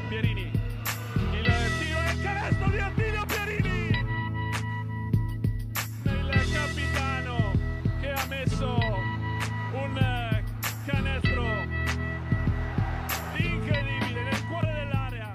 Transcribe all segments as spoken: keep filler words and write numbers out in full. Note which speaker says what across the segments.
Speaker 1: Pierini, il tiro e il canestro di Attilio Pierini, il capitano che ha messo un canestro incredibile nel cuore dell'area.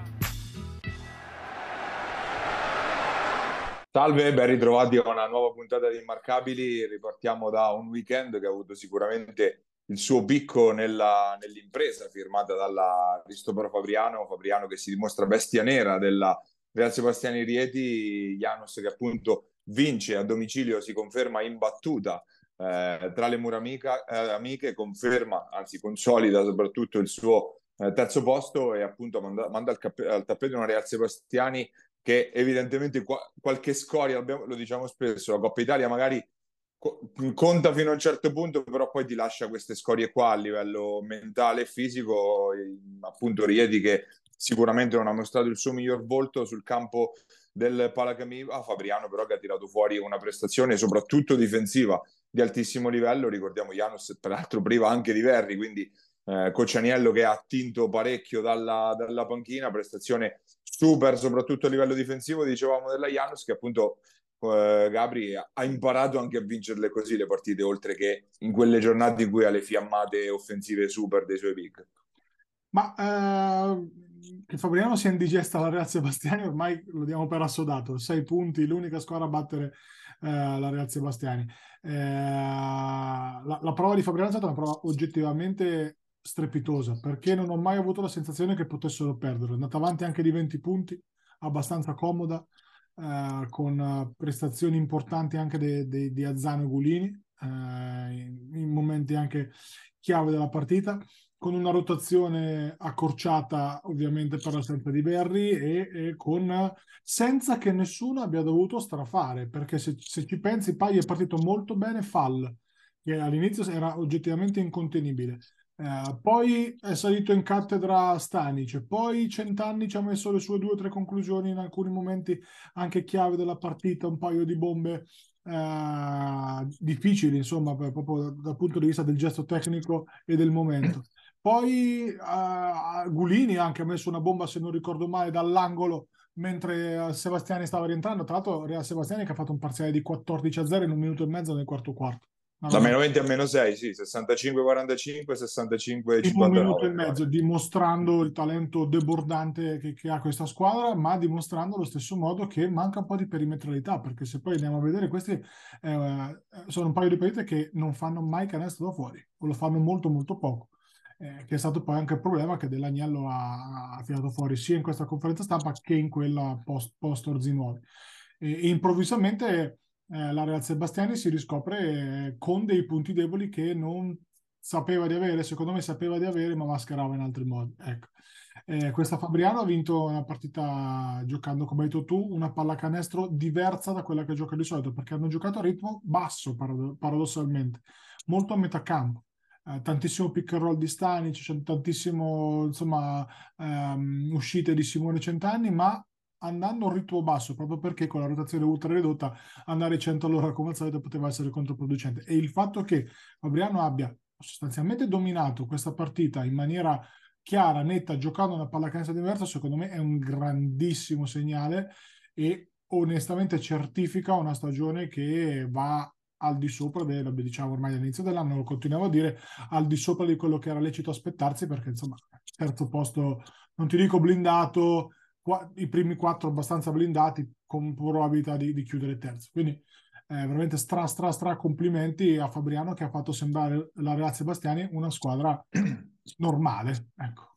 Speaker 2: Salve, ben ritrovati a una nuova puntata di Immarcabili. Ripartiamo da un weekend che ha avuto sicuramente il suo picco nella, nell'impresa firmata dalla Cristoforo Fabriano, Fabriano che si dimostra bestia nera della Real Sebastiani Rieti, Janus che appunto vince a domicilio, si conferma imbattuta eh, tra le mura amica, eh, amiche, conferma, anzi consolida soprattutto il suo eh, terzo posto e appunto manda, manda al, cap- al tappeto una Real Sebastiani che evidentemente qua, qualche scoria, abbiamo, lo diciamo spesso, la Coppa Italia magari co- conta fino a un certo punto, però poi ti lascia queste scorie qua a livello mentale e fisico, e, appunto Rieti che sicuramente non ha mostrato il suo miglior volto sul campo del Palacamiva, Fabriano però che ha tirato fuori una prestazione soprattutto difensiva di altissimo livello, ricordiamo Janus peraltro priva anche di Verri, quindi eh, Coccianiello che ha attinto parecchio dalla, dalla panchina, prestazione super soprattutto a livello difensivo, dicevamo della Janus che appunto eh, Gabri ha imparato anche a vincerle così le partite, oltre che in quelle giornate in cui ha le fiammate offensive super dei suoi big.
Speaker 3: Ma eh, che Fabriano sia indigesta alla Real Sebastiani ormai lo diamo per assodato. Sei punti, l'unica squadra a battere eh, la Real Sebastiani. Eh, la, la prova di Fabriano è stata una prova oggettivamente strepitosa, perché non ho mai avuto la sensazione che potessero perdere. È andata avanti anche di venti punti, abbastanza comoda, eh, con eh, prestazioni importanti anche de- de- di Azzano e Gulini, eh, in, in momenti anche chiave della partita, con una rotazione accorciata ovviamente per l'assenza di Berry e, e con, senza che nessuno abbia dovuto strafare, perché se, se ci pensi Pai è partito molto bene Fall, che all'inizio era oggettivamente incontenibile. Eh, poi è salito in cattedra Stanic, poi Centanni ci ha messo le sue due o tre conclusioni in alcuni momenti anche chiave della partita, un paio di bombe eh, difficili, insomma, per, proprio dal punto di vista del gesto tecnico e del momento. Poi uh, Gulini anche ha messo una bomba, se non ricordo male, dall'angolo mentre uh, Sebastiani stava rientrando. Tra l'altro Real Sebastiani che ha fatto un parziale di quattordici a zero in un minuto e mezzo nel quarto quarto.
Speaker 2: Da meno venti a meno sei, sì, sessantacinque quarantacinque, sessantacinque
Speaker 3: In un minuto
Speaker 2: cinquantanove.
Speaker 3: e mezzo, dimostrando il talento debordante che, che ha questa squadra, ma dimostrando allo stesso modo che manca un po' di perimetralità, perché se poi andiamo a vedere, questi eh, sono un paio di partite che non fanno mai canestro da fuori, o lo fanno molto molto poco. Eh, che è stato poi anche il problema che Dell'Agnello ha, ha tirato fuori sia in questa conferenza stampa che in quella post, post Orzinuovi. E, e improvvisamente eh, la Real Sebastiani si riscopre eh, con dei punti deboli che non sapeva di avere, secondo me sapeva di avere, ma mascherava in altri modi. Ecco. Eh, questa Fabriano ha vinto una partita giocando, come hai detto tu, una pallacanestro diversa da quella che gioca di solito, perché hanno giocato a ritmo basso, parad- paradossalmente, molto a metà campo. Eh, tantissimo pick and roll di Stanic, c'è tantissimo insomma ehm, uscite di Simone Centanni, ma andando a un ritmo basso, proprio perché con la rotazione ultra ridotta andare cento all'ora come al solito poteva essere controproducente. E il fatto che Fabriano abbia sostanzialmente dominato questa partita in maniera chiara, netta, giocando una pallacanestro diversa, secondo me è un grandissimo segnale e onestamente certifica una stagione che va al di sopra del, diciamo ormai all'inizio dell'anno, lo continuiamo a dire, al di sopra di quello che era lecito aspettarsi, perché insomma terzo posto, non ti dico blindato, qua, i primi quattro abbastanza blindati con probabilità di, di chiudere terzo, quindi eh, veramente stra stra stra complimenti a Fabriano che ha fatto sembrare la Real Sebastiani una squadra normale, ecco.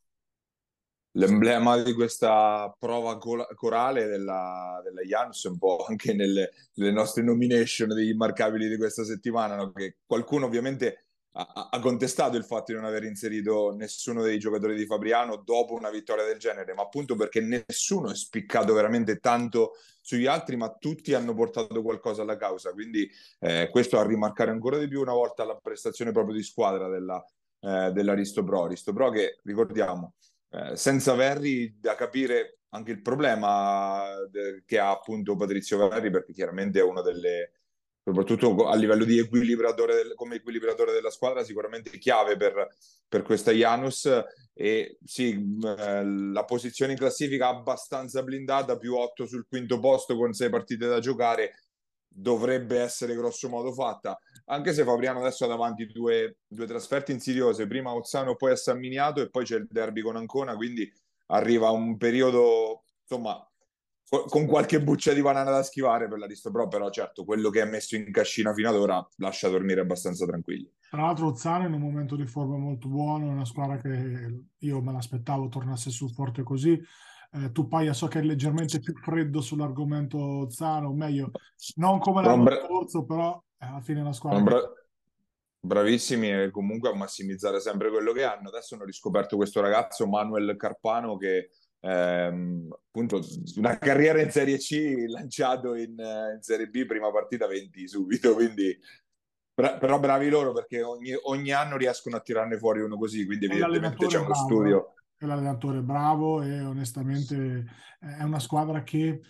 Speaker 2: L'emblema di questa prova col- corale della, della Janus, un po' anche nelle, nelle nostre nomination degli immarcabili di questa settimana, no? Che qualcuno ovviamente ha, ha contestato il fatto di non aver inserito nessuno dei giocatori di Fabriano dopo una vittoria del genere, ma appunto perché nessuno è spiccato veramente tanto sugli altri, ma tutti hanno portato qualcosa alla causa. Quindi eh, questo a rimarcare ancora di più una volta la prestazione proprio di squadra della, eh, dell'Aristo Pro. Aristo Pro che, ricordiamo, eh, senza Verri da capire anche il problema de- che ha appunto Patrizio Verri, perché chiaramente è una delle, soprattutto a livello di equilibratore del, come equilibratore della squadra, sicuramente chiave per, per questa Janus. E sì, eh, la posizione in classifica abbastanza blindata, più otto sul quinto posto con sei partite da giocare, dovrebbe essere grosso modo fatta, anche se Fabriano adesso ha davanti due, due trasferte insidiose, prima a Ozzano, poi a San Miniato, e poi c'è il derby con Ancona, quindi arriva un periodo, insomma, con qualche buccia di banana da schivare per la Risto Pro, però certo, quello che è messo in cascina fino ad ora lascia dormire abbastanza tranquilli.
Speaker 3: Tra l'altro Ozzano è in un momento di forma molto buono, è una squadra che io me l'aspettavo tornasse su forte così. Eh, Tupaia so che è leggermente più freddo sull'argomento Ozzano, o meglio, non come
Speaker 2: Sono,
Speaker 3: l'anno
Speaker 2: bra-
Speaker 3: scorso, però eh, alla fine è una
Speaker 2: sono
Speaker 3: squadra che...
Speaker 2: bra- bravissimi e comunque a massimizzare sempre quello che hanno. Adesso hanno riscoperto questo ragazzo Manuel Carpano che ehm, appunto una carriera in Serie C, lanciato in, eh, in Serie B, prima partita venti subito, quindi bra- però bravi loro, perché ogni, ogni anno riescono a tirarne fuori uno così, quindi
Speaker 3: E
Speaker 2: evidentemente c'è
Speaker 3: l'allenatore è
Speaker 2: uno
Speaker 3: bravo, eh.
Speaker 2: studio.
Speaker 3: E l'allenatore è bravo e onestamente eh, è una squadra che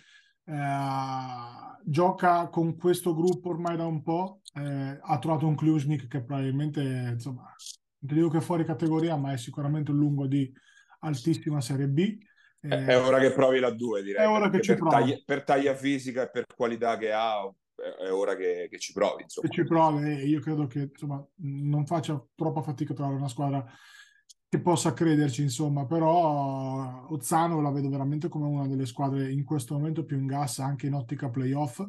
Speaker 3: eh, gioca con questo gruppo ormai da un po'. Eh, ha trovato un Klusnik che probabilmente, insomma, non ti dico che è fuori categoria, ma è sicuramente un lungo di altissima Serie B.
Speaker 2: È,
Speaker 3: Eh,
Speaker 2: è ora che provi la due,
Speaker 3: è
Speaker 2: direi,
Speaker 3: ora che
Speaker 2: perché
Speaker 3: ci
Speaker 2: per
Speaker 3: prova.
Speaker 2: taglia, per taglia fisica e per qualità che ha è, è ora che, che ci provi,
Speaker 3: Che
Speaker 2: insomma.
Speaker 3: ci provi e io credo che insomma, non faccia troppa fatica a trovare una squadra che possa crederci, insomma, però Ozzano la vedo veramente come una delle squadre in questo momento più in gas anche in ottica playoff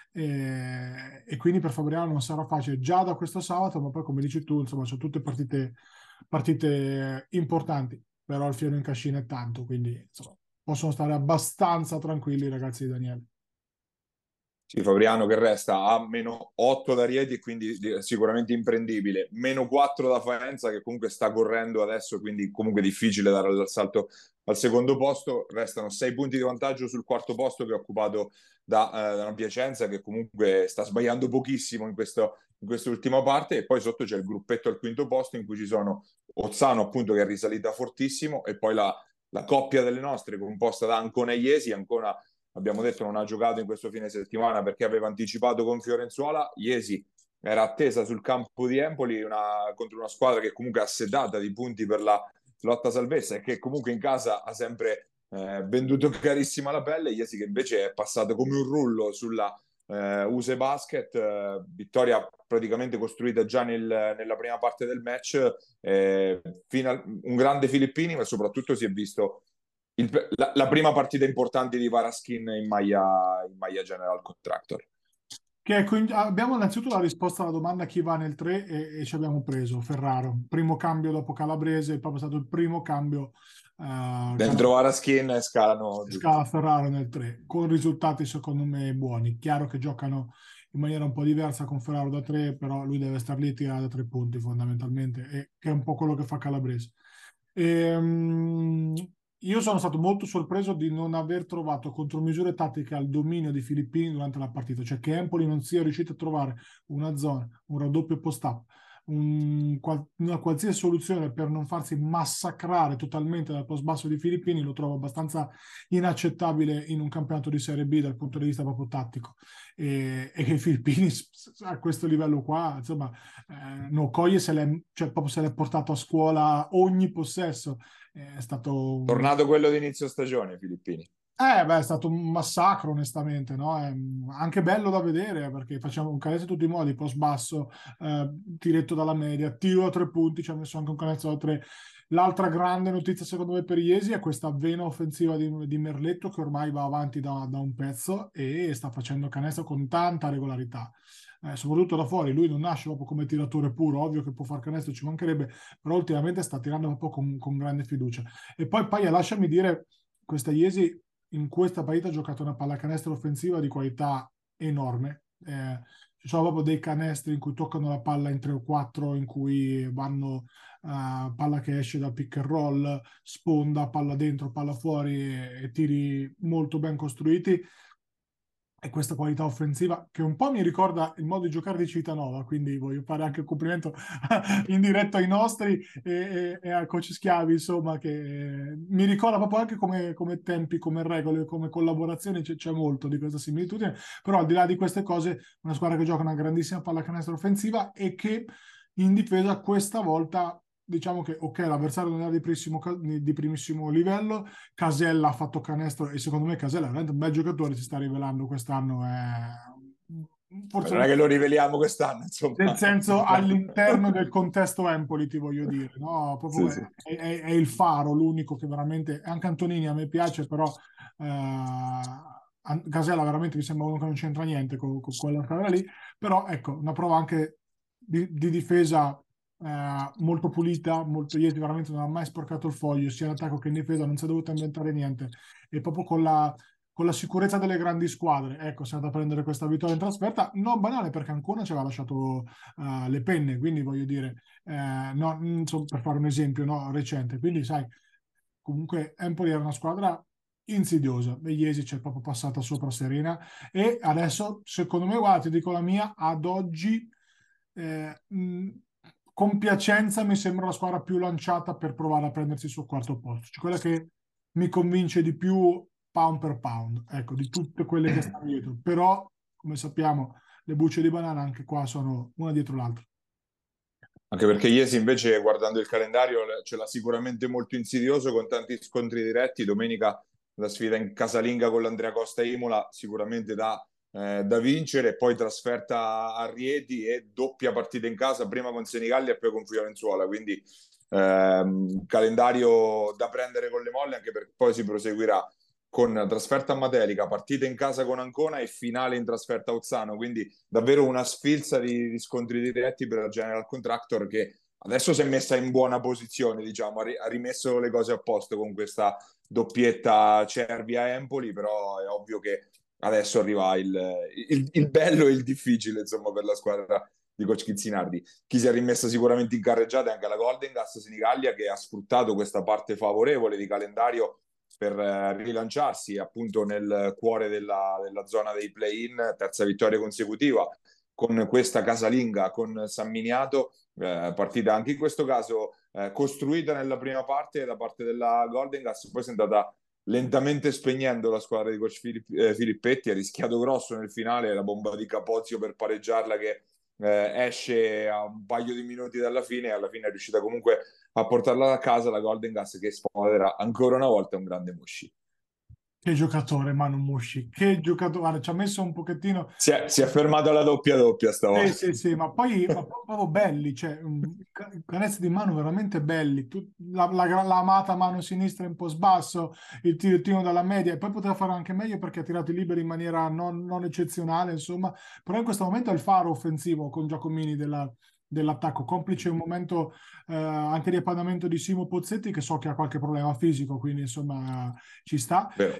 Speaker 3: e, e quindi per Fabriano non sarà facile già da questo sabato, ma poi come dici tu, insomma, sono tutte partite, partite importanti, però il fiore in cascina è tanto, quindi insomma, possono stare abbastanza tranquilli i ragazzi di Daniele.
Speaker 2: Sì, Fabriano che resta a meno otto da Rieti e quindi sicuramente imprendibile, meno quattro da Faenza che comunque sta correndo adesso, quindi comunque difficile dare l'assalto al secondo posto. Restano sei punti di vantaggio sul quarto posto, che è occupato da, eh, da una Piacenza che comunque sta sbagliando pochissimo in, questo, in quest'ultima parte, e poi sotto c'è il gruppetto al quinto posto in cui ci sono Ozzano appunto che è risalita fortissimo, e poi la, la coppia delle nostre composta da Ancona e Iesi. Ancona, abbiamo detto, non ha giocato in questo fine settimana perché aveva anticipato con Fiorenzuola. Iesi era attesa sul campo di Empoli una, contro una squadra che comunque è assetata di punti per la lotta salvezza e che comunque in casa ha sempre eh, venduto carissima la pelle. Iesi che invece è passato come un rullo sulla eh, Use Basket, eh, vittoria praticamente costruita già nel, nella prima parte del match, eh, fino un grande Filippini, ma soprattutto si è visto il, la, la, prima partita importante di Varaskin in maglia, in maglia General Contractor.
Speaker 3: Che quindi abbiamo innanzitutto la risposta alla domanda chi va nel tre e, e ci abbiamo preso Ferraro. Primo cambio dopo Calabrese, è proprio stato il primo cambio. Uh,
Speaker 2: Dentro Varaskin scalano giù.
Speaker 3: Scala Ferraro nel tre, con risultati secondo me buoni. Chiaro che giocano in maniera un po' diversa con Ferraro da tre, però lui deve star lì e tirare da tre punti fondamentalmente, e, che è un po' quello che fa Calabrese. E, um, io sono stato molto sorpreso di non aver trovato contromisure tattiche al dominio di Filippini durante la partita, cioè che Empoli non sia riuscito a trovare una zona, un raddoppio post-up, un, una qualsiasi soluzione per non farsi massacrare totalmente dal post basso di Filippini. Lo trovo abbastanza inaccettabile in un campionato di Serie B dal punto di vista proprio tattico, e, e che i Filippini a questo livello qua, insomma, eh, no, Coglie se l'è, cioè, proprio se l'è portato a scuola ogni possesso. È stato un...
Speaker 2: Tornato quello di inizio stagione, Filippini.
Speaker 3: Eh, beh, è stato un massacro, onestamente, no? È anche bello da vedere perché facciamo un canestro in tutti i modi, post basso, eh, diretto dalla media, tiro a tre punti, ci ha messo anche un canestro da tre. L'altra grande notizia secondo me per Iesi è questa vena offensiva di, di Merletto, che ormai va avanti da, da un pezzo e sta facendo canestro con tanta regolarità. Eh, soprattutto da fuori, lui non nasce proprio come tiratore puro, ovvio che può far canestro, ci mancherebbe, però ultimamente sta tirando proprio con, con grande fiducia. E poi Paia, lasciami dire, questa Iesi in questa partita ha giocato una pallacanestro offensiva di qualità enorme. Eh, ci sono proprio dei canestri in cui toccano la palla in tre o quattro, in cui vanno uh, palla che esce dal pick and roll, sponda, palla dentro, palla fuori, e, e tiri molto ben costruiti. e questa qualità offensiva che un po' mi ricorda il modo di giocare di Civitanova, quindi voglio fare anche un complimento in diretto ai nostri e, e, e a coach Schiavi, insomma, che mi ricorda proprio anche come, come tempi, come regole, come collaborazioni, c'è, c'è molto di questa similitudine, però al di là di queste cose, una squadra che gioca una grandissima pallacanestro offensiva e che in difesa questa volta diciamo che ok, l'avversario non era di primissimo, di primissimo livello, Casella ha fatto canestro e secondo me Casella è veramente un bel giocatore, si sta rivelando quest'anno, è forse
Speaker 2: non è che lo riveliamo quest'anno, insomma.
Speaker 3: nel senso all'interno del contesto Empoli, ti voglio dire, no? Proprio
Speaker 2: Sì, sì.
Speaker 3: è, è, è il faro, l'unico che veramente, anche Antonini a me piace, però eh, Casella veramente mi sembra uno che non c'entra niente con, con quella squadra lì, però ecco, una prova anche di, di difesa eh, molto pulita, molto Iesi veramente non ha mai sporcato il foglio, sia in attacco che in difesa, non si è dovuto inventare niente, e proprio con la con la sicurezza delle grandi squadre, ecco, si è andato a prendere questa vittoria in trasferta, non banale perché Ancona ci aveva lasciato uh, le penne, quindi voglio dire, eh, no, insomma, per fare un esempio no, recente, quindi sai, comunque Empoli era una squadra insidiosa, Iesi ci è proprio passata sopra serena e adesso, secondo me, guarda, ti dico la mia, ad oggi eh, mh, con piacenza mi sembra la squadra più lanciata per provare a prendersi il suo quarto posto, cioè quella che mi convince di più pound per pound, ecco, di tutte quelle che stanno dietro. Però, come sappiamo, le bucce di banana anche qua sono una dietro l'altra.
Speaker 2: Anche perché Iesi invece, guardando il calendario, ce l'ha sicuramente molto insidioso con tanti scontri diretti. Domenica la sfida in casalinga con l'Andrea Costa Imola, sicuramente da, eh, da vincere, poi trasferta a Rieti e doppia partita in casa, prima con Senigallia e poi con Fiorenzuola. Quindi ehm, calendario da prendere con le molle, anche perché poi si proseguirà con trasferta a Matelica, partita in casa con Ancona e finale in trasferta a Ozzano, quindi davvero una sfilza di, di scontri diretti per la General Contractor che adesso si è messa in buona posizione, diciamo, ha, ri- ha rimesso le cose a posto con questa doppietta Cervia-Empoli, però è ovvio che adesso arriva il, il, il bello e il difficile, insomma, per la squadra di Coach Chizzinardi. Chi si è rimessa sicuramente in carreggiata è anche la Golden Gas Senigallia, che ha sfruttato questa parte favorevole di calendario per eh, rilanciarsi appunto nel cuore della, della zona dei play-in, terza vittoria consecutiva con questa casalinga con San Miniato, eh, partita anche in questo caso eh, costruita nella prima parte da parte della Golden Gas, poi si è andata lentamente spegnendo la squadra di coach Filipp, eh, Filippetti, ha rischiato grosso nel finale la bomba di Capozio per pareggiarla che eh, esce a un paio di minuti dalla fine e alla fine è riuscita comunque a portarla a casa la Golden Gas che sfodera ancora una volta un grande Mushi.
Speaker 3: Che giocatore Manu Musci, che giocatore, guarda, ci ha messo un pochettino.
Speaker 2: Si è, si è fermato alla doppia doppia
Speaker 3: Sì,
Speaker 2: stavolta.
Speaker 3: sì, sì, ma poi ma proprio belli, cioè, um, ca- canestri di mano veramente belli. Tu- la, la, la amata mano sinistra un po' sbasso, il tirottino dalla media, e poi poteva fare anche meglio perché ha tirato i liberi in maniera non, non eccezionale, insomma. Però in questo momento è il faro offensivo con Giacomini della- dell'attacco, complice un momento eh, anche di appannamento di Simo Pozzetti, che so che ha qualche problema fisico, quindi insomma ci sta.
Speaker 2: Vero.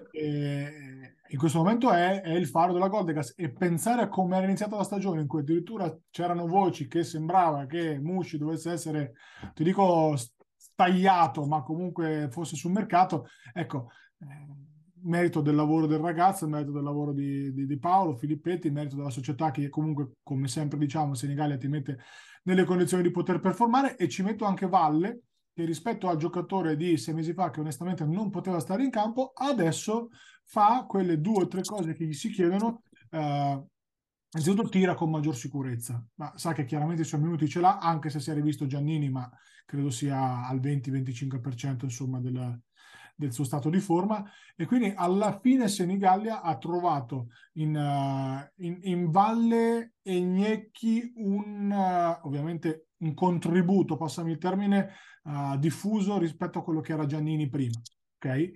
Speaker 3: E in questo momento è, è il faro della Goldegas e pensare a come era iniziata la stagione in cui addirittura c'erano voci che sembrava che Mushi dovesse essere, ti dico, stagliato, ma comunque fosse sul mercato, ecco, eh, merito del lavoro del ragazzo, merito del lavoro di, di, di Paolo Filippetti, merito della società che comunque, come sempre diciamo, Senigallia ti mette nelle condizioni di poter performare, e ci metto anche Valle, che rispetto al giocatore di sei mesi fa che onestamente non poteva stare in campo, adesso fa quelle due o tre cose che gli si chiedono. Eh, innanzitutto tira con maggior sicurezza, ma sa che chiaramente i suoi minuti ce l'ha, anche se si è rivisto Giannini, ma credo sia al venti venticinque per cento insomma del, del suo stato di forma, e quindi alla fine Senigallia ha trovato in, uh, in, in Valle e Gnecchi un, uh, ovviamente un contributo, passami il termine, uh, diffuso rispetto a quello che era Giannini prima, ok? E,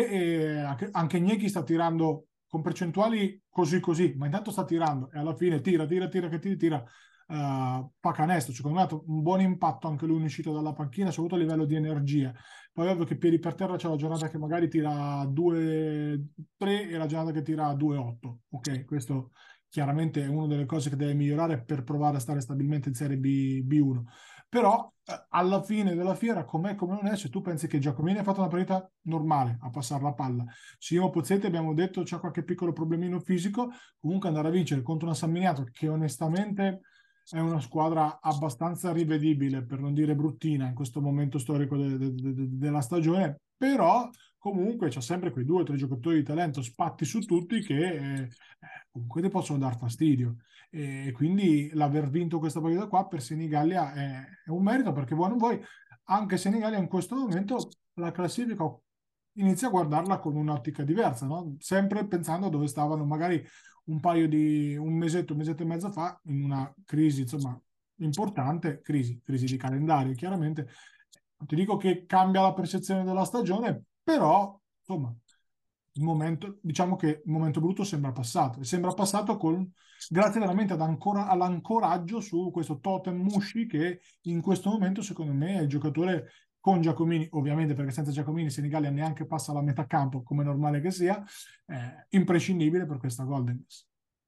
Speaker 3: e anche, anche Gnecchi sta tirando con percentuali così così, ma intanto sta tirando e alla fine tira, tira, tira, che tira, tira, uh, fa canestro. Secondo me ha un buon impatto anche lui in uscita dalla panchina, soprattutto a livello di energia. Poi è ovvio che piedi per terra c'è la giornata che magari tira due tre e la giornata che tira due otto. Ok, questo chiaramente è una delle cose che deve migliorare per provare a stare stabilmente in Serie B, B1. Però eh, alla fine della fiera, com'è come non è, se tu pensi che Giacomini ha fatto una partita normale a passare la palla, Simo Pozzetti abbiamo detto c'ha qualche piccolo problemino fisico, comunque andare a vincere contro una San Miniato che onestamente è una squadra abbastanza rivedibile, per non dire bruttina in questo momento storico de- de- de- de- della stagione, però comunque c'è sempre quei due o tre giocatori di talento spatti su tutti che eh, comunque ti possono dar fastidio. E quindi l'aver vinto questa partita qua per Senigallia è, è un merito, perché vuoi o non vuoi, anche Senigallia in questo momento la classifica inizia a guardarla con un'ottica diversa, no? Sempre pensando a dove stavano magari un paio di un mesetto, un mesetto e mezzo fa, in una crisi, insomma, importante, crisi, crisi di calendario, chiaramente. Non ti dico che cambia la percezione della stagione, però, insomma, il momento, diciamo che il momento brutto sembra passato, e sembra passato con, grazie veramente ad ancora, all'ancoraggio su questo totem Mushi, che in questo momento, secondo me, è il giocatore con Giacomini, ovviamente perché senza Giacomini Senigallia neanche passa la metà campo, come è normale che sia, eh, imprescindibile per questa Golden Goose.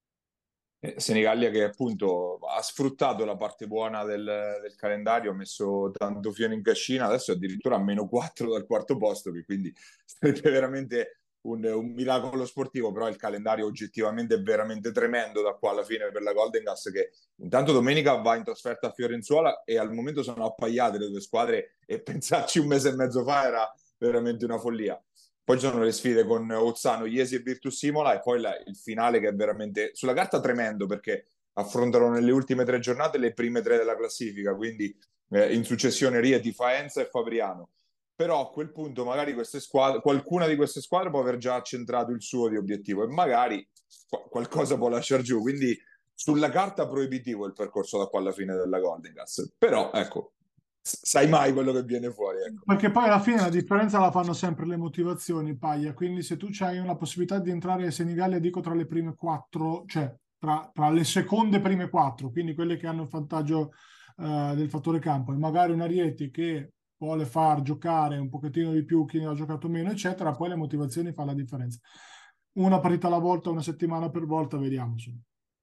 Speaker 2: Eh, Senigallia che appunto ha sfruttato la parte buona del, del calendario, ha messo tanto fieno in cascina, adesso è addirittura a meno quattro dal quarto posto, che quindi sarebbe veramente un, un miracolo sportivo, però il calendario oggettivamente è veramente tremendo da qua alla fine per la Golden Gas, che intanto domenica va in trasferta a Fiorenzuola e al momento sono appaiate le due squadre, e pensarci un mese e mezzo fa era veramente una follia. Poi ci sono le sfide con Ozzano, Iesi e Virtus Imola, e poi la, il finale che è veramente sulla carta tremendo, perché affrontano nelle ultime tre giornate le prime tre della classifica, quindi eh, in successione Rieti, Faenza e Fabriano. Però a quel punto magari queste squadre, qualcuna di queste squadre può aver già accentrato il suo di obiettivo, e magari qu- qualcosa può lasciare giù, quindi sulla carta proibitivo il percorso da qua alla fine della Golden Gas. Però ecco, sai mai quello che viene fuori, ecco.
Speaker 3: Perché poi alla fine la differenza la fanno sempre le motivazioni, Paglia. Quindi se tu hai una possibilità di entrare a Senigallia, dico tra le prime quattro, cioè tra, tra le seconde prime quattro, quindi quelle che hanno il vantaggio eh, del fattore campo, e magari un Arieti che vuole far giocare un pochettino di più chi ne ha giocato meno, eccetera, poi le motivazioni fanno la differenza. Una partita alla volta, una settimana per volta, vediamo. Insomma.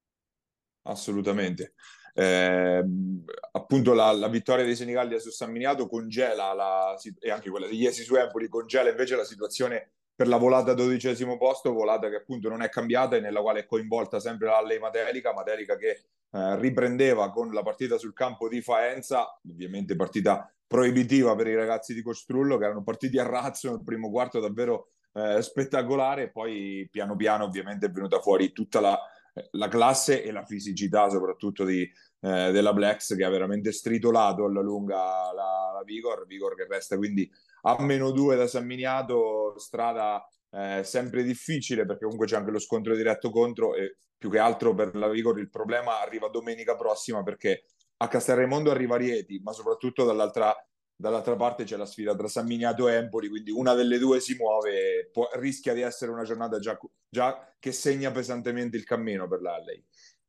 Speaker 2: Assolutamente. Eh, appunto la, la vittoria dei Senigallia su San Miniato congela la, e anche quella di Iesi su Empoli congela invece la situazione per la volata a dodicesimo posto, volata che appunto non è cambiata e nella quale è coinvolta sempre l'Alley Matelica, Matelica che eh, riprendeva con la partita sul campo di Faenza, ovviamente partita proibitiva per i ragazzi di Costrullo che erano partiti a razzo nel primo quarto davvero eh, spettacolare, e poi piano piano ovviamente è venuta fuori tutta la la classe e la fisicità soprattutto di, eh, della Blacks, che ha veramente stritolato alla lunga la, la Vigor, Vigor che resta quindi a meno due da San Miniato, strada eh, sempre difficile perché comunque c'è anche lo scontro diretto contro, e più che altro per la Vigor il problema arriva domenica prossima, perché a Castelraimondo arriva Rieti, ma soprattutto dall'altra dall'altra parte c'è la sfida tra San Miniato e Empoli, quindi una delle due si muove e può, rischia di essere una giornata già, già che segna pesantemente il cammino per l'Alley.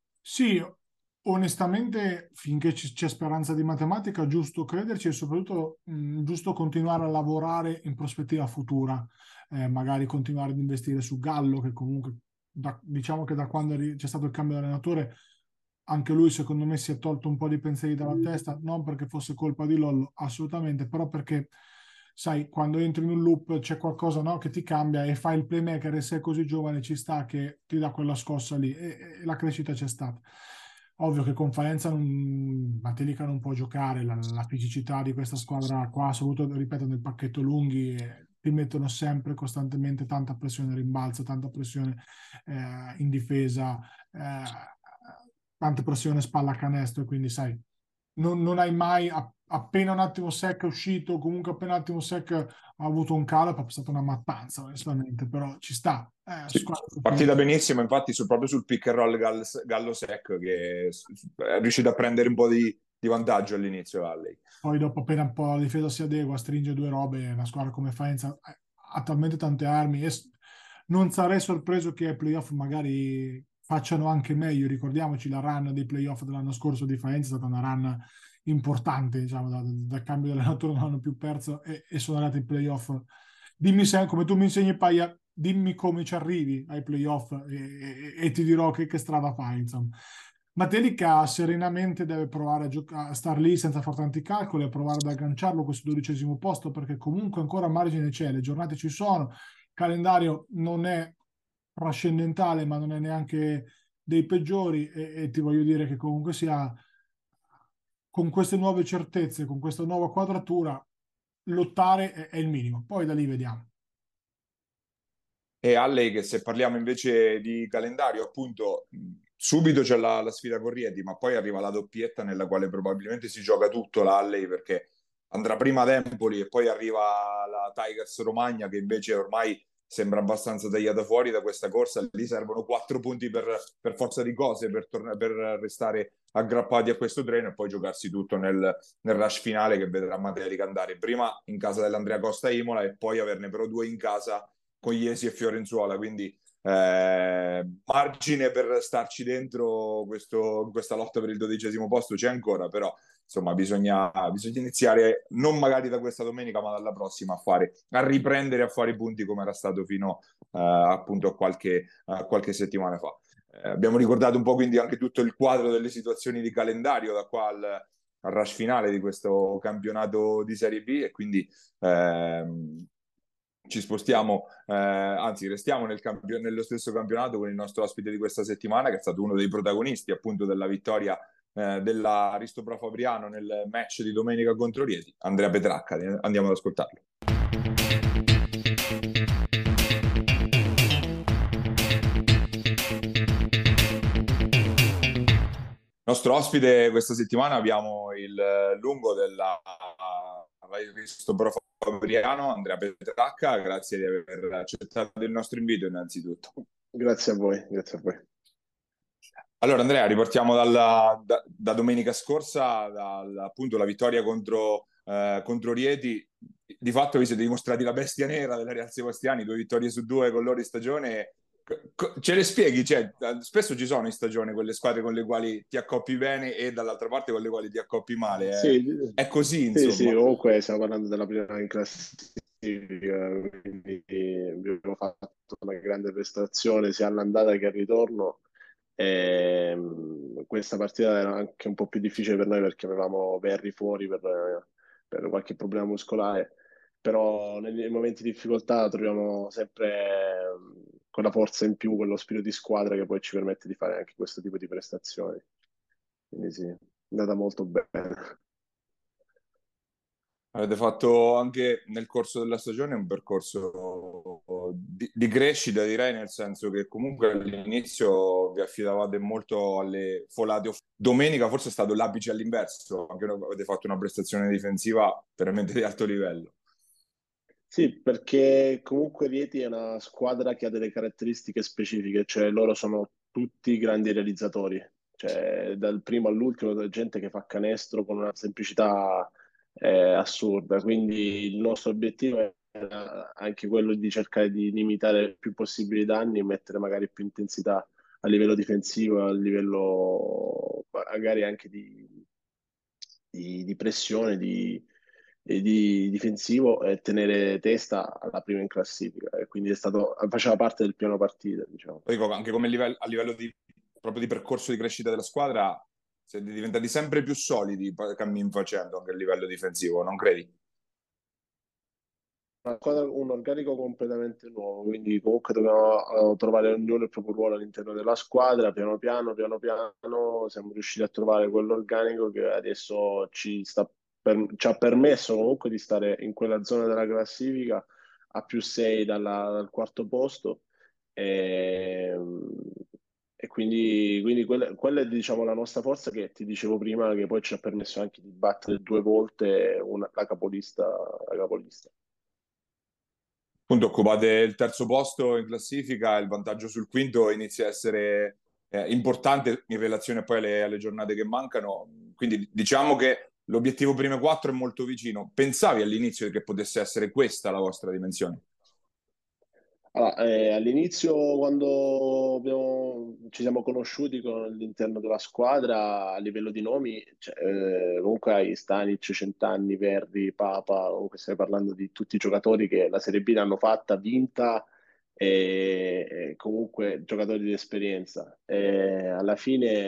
Speaker 3: Sì, onestamente, finché c- c'è speranza di matematica, è giusto crederci, e soprattutto mh, giusto continuare a lavorare in prospettiva futura. Eh, magari continuare ad investire su Gallo, che comunque da- diciamo che da quando è ri- c'è stato il cambio di allenatore, anche lui secondo me si è tolto un po' di pensieri dalla testa, non perché fosse colpa di Lollo, assolutamente, però perché sai, quando entri in un loop c'è qualcosa, no, che ti cambia, e fai il playmaker e sei così giovane, ci sta che ti dà quella scossa lì, e, e la crescita c'è stata. Ovvio che con Faenza non, Matelica non può giocare, la, la fisicità di questa squadra qua, soprattutto, ripeto, nel pacchetto lunghi, eh, ti mettono sempre costantemente tanta pressione a rimbalzo, tanta pressione eh, in difesa, eh, tanta pressione spalla canestro, e quindi sai, non, non hai mai, appena un attimo sec è uscito, comunque appena un attimo sec ha avuto un calo, è stata una mattanza, onestamente, però ci sta. Eh,
Speaker 2: Sì,
Speaker 3: squadra
Speaker 2: partita benissimo, infatti, su, proprio sul pick and roll Gallo, Gallo Sec, che è riuscito a prendere un po' di, di vantaggio all'inizio Alley.
Speaker 3: Poi dopo, appena un po' la difesa si adegua, stringe due robe, una squadra come Faenza eh, ha talmente tante armi, e non sarei sorpreso che ai playoff magari facciano anche meglio. Ricordiamoci la run dei playoff dell'anno scorso di Faenza, è stata una run importante, diciamo, dal, dal cambio dell'allenatore non hanno più perso, e, e sono andati ai playoff. Dimmi se, come tu mi insegni, Paia, dimmi come ci arrivi ai playoff, e, e, e ti dirò che, che strada fai, insomma. Matelica serenamente deve provare a, gioca- a star lì senza fare tanti calcoli, a provare ad agganciarlo a questo dodicesimo posto, perché comunque ancora margine c'è, le giornate ci sono, il calendario non è trascendentale, ma non è neanche dei peggiori, e, e ti voglio dire che comunque sia, con queste nuove certezze, con questa nuova quadratura, lottare è, è il minimo. Poi da lì vediamo.
Speaker 2: E Alley, che se parliamo invece di calendario, appunto, subito c'è la, la sfida con Rieti, ma poi arriva la doppietta nella quale probabilmente si gioca tutto la Alley, perché andrà prima ad Empoli e poi arriva la Tigers Romagna, che invece ormai sembra abbastanza tagliata fuori da questa corsa. Lì servono quattro punti per, per forza di cose per, torna- per restare aggrappati a questo treno e poi giocarsi tutto nel, nel rush finale, che vedrà Matelica andare prima in casa dell'Andrea Costa Imola e poi averne però due in casa con Iesi e Fiorenzuola, quindi eh, margine per starci dentro questo, questa lotta per il dodicesimo posto c'è ancora, però insomma bisogna, bisogna iniziare non magari da questa domenica ma dalla prossima a fare, a riprendere a fare i punti come era stato fino eh, appunto a qualche, a qualche settimana fa. Eh, abbiamo ricordato un po' quindi anche tutto il quadro delle situazioni di calendario da qua al, al rush finale di questo campionato di Serie B e quindi ehm, ci spostiamo, eh, anzi restiamo nel campio- nello stesso campionato con il nostro ospite di questa settimana, che è stato uno dei protagonisti appunto della vittoria eh, della Ristopro Fabriano nel match di domenica contro Rieti, Andrea Petracca. Andiamo ad ascoltarlo. Nostro ospite questa settimana abbiamo il lungo della Ristopro Fabriano, Andrea Petracca, grazie di aver accettato il nostro invito innanzitutto.
Speaker 4: Grazie a voi, grazie a voi.
Speaker 2: Allora Andrea, ripartiamo dalla, da, da domenica scorsa, dal, appunto la vittoria contro, eh, contro Rieti. Di fatto vi siete dimostrati la bestia nera della Real Sebastiani, due vittorie su due con loro in stagione. Ce le spieghi? Cioè, spesso ci sono in stagione quelle squadre con le quali ti accoppi bene e dall'altra parte con le quali ti accoppi male.
Speaker 4: Sì,
Speaker 2: È, è così,
Speaker 4: sì, sì,
Speaker 2: insomma.
Speaker 4: comunque stiamo parlando della prima in classifica, quindi abbiamo fatto una grande prestazione sia all'andata che al ritorno. E, mh, questa partita era anche un po' più difficile per noi perché avevamo Verri fuori per, per qualche problema muscolare, però nei, nei momenti di difficoltà troviamo sempre mh, quella forza in più, quello spirito di squadra che poi ci permette di fare anche questo tipo di prestazioni. Quindi sì, è andata molto bene.
Speaker 2: Avete fatto anche nel corso della stagione un percorso di, di crescita, direi, nel senso che comunque all'inizio vi affidavate molto alle folate. off- Domenica forse è stato l'apice all'inverso, anche voi avete fatto una prestazione difensiva veramente di alto livello.
Speaker 4: Sì, perché comunque Rieti è una squadra che ha delle caratteristiche specifiche, cioè loro sono tutti grandi realizzatori, cioè dal primo all'ultimo c'è gente che fa canestro con una semplicità eh, assurda, quindi il nostro obiettivo è anche quello di cercare di limitare il più possibile i danni e mettere magari più intensità a livello difensivo, a livello magari anche di, di- di pressione, di, e di difensivo e tenere testa alla prima in classifica. E quindi è stato, faceva parte del piano partita, diciamo.
Speaker 2: Poi dico, anche come livello, a livello di, proprio di percorso di crescita della squadra, siete diventati sempre più solidi pa- cammin facendo anche a livello difensivo, non credi?
Speaker 4: Una squadra- un organico completamente nuovo, quindi comunque dobbiamo eh, trovare ognuno il proprio ruolo all'interno della squadra, piano piano, piano piano siamo riusciti a trovare quell'organico che adesso ci sta per- ci ha permesso comunque di stare in quella zona della classifica a più sei dalla- dal quarto posto e, e quindi, quindi quella, quella è diciamo la nostra forza che ti dicevo prima che poi ci ha permesso anche di battere due volte una- la capolista, la capolista.
Speaker 2: Appunto, occupate il terzo posto in classifica, il vantaggio sul quinto inizia a essere eh, importante in relazione poi alle, alle giornate che mancano. Quindi diciamo che l'obiettivo prime quattro è molto vicino. Pensavi all'inizio che potesse essere questa la vostra dimensione?
Speaker 4: Allora, eh, all'inizio, quando abbiamo- ci siamo conosciuti con all'interno della squadra, a livello di nomi, cioè, eh, comunque hai Stanic, Centanni, Verri, Papa, comunque stai parlando di tutti i giocatori che la Serie B l'hanno fatta, vinta, e, e comunque giocatori di esperienza. E alla fine ti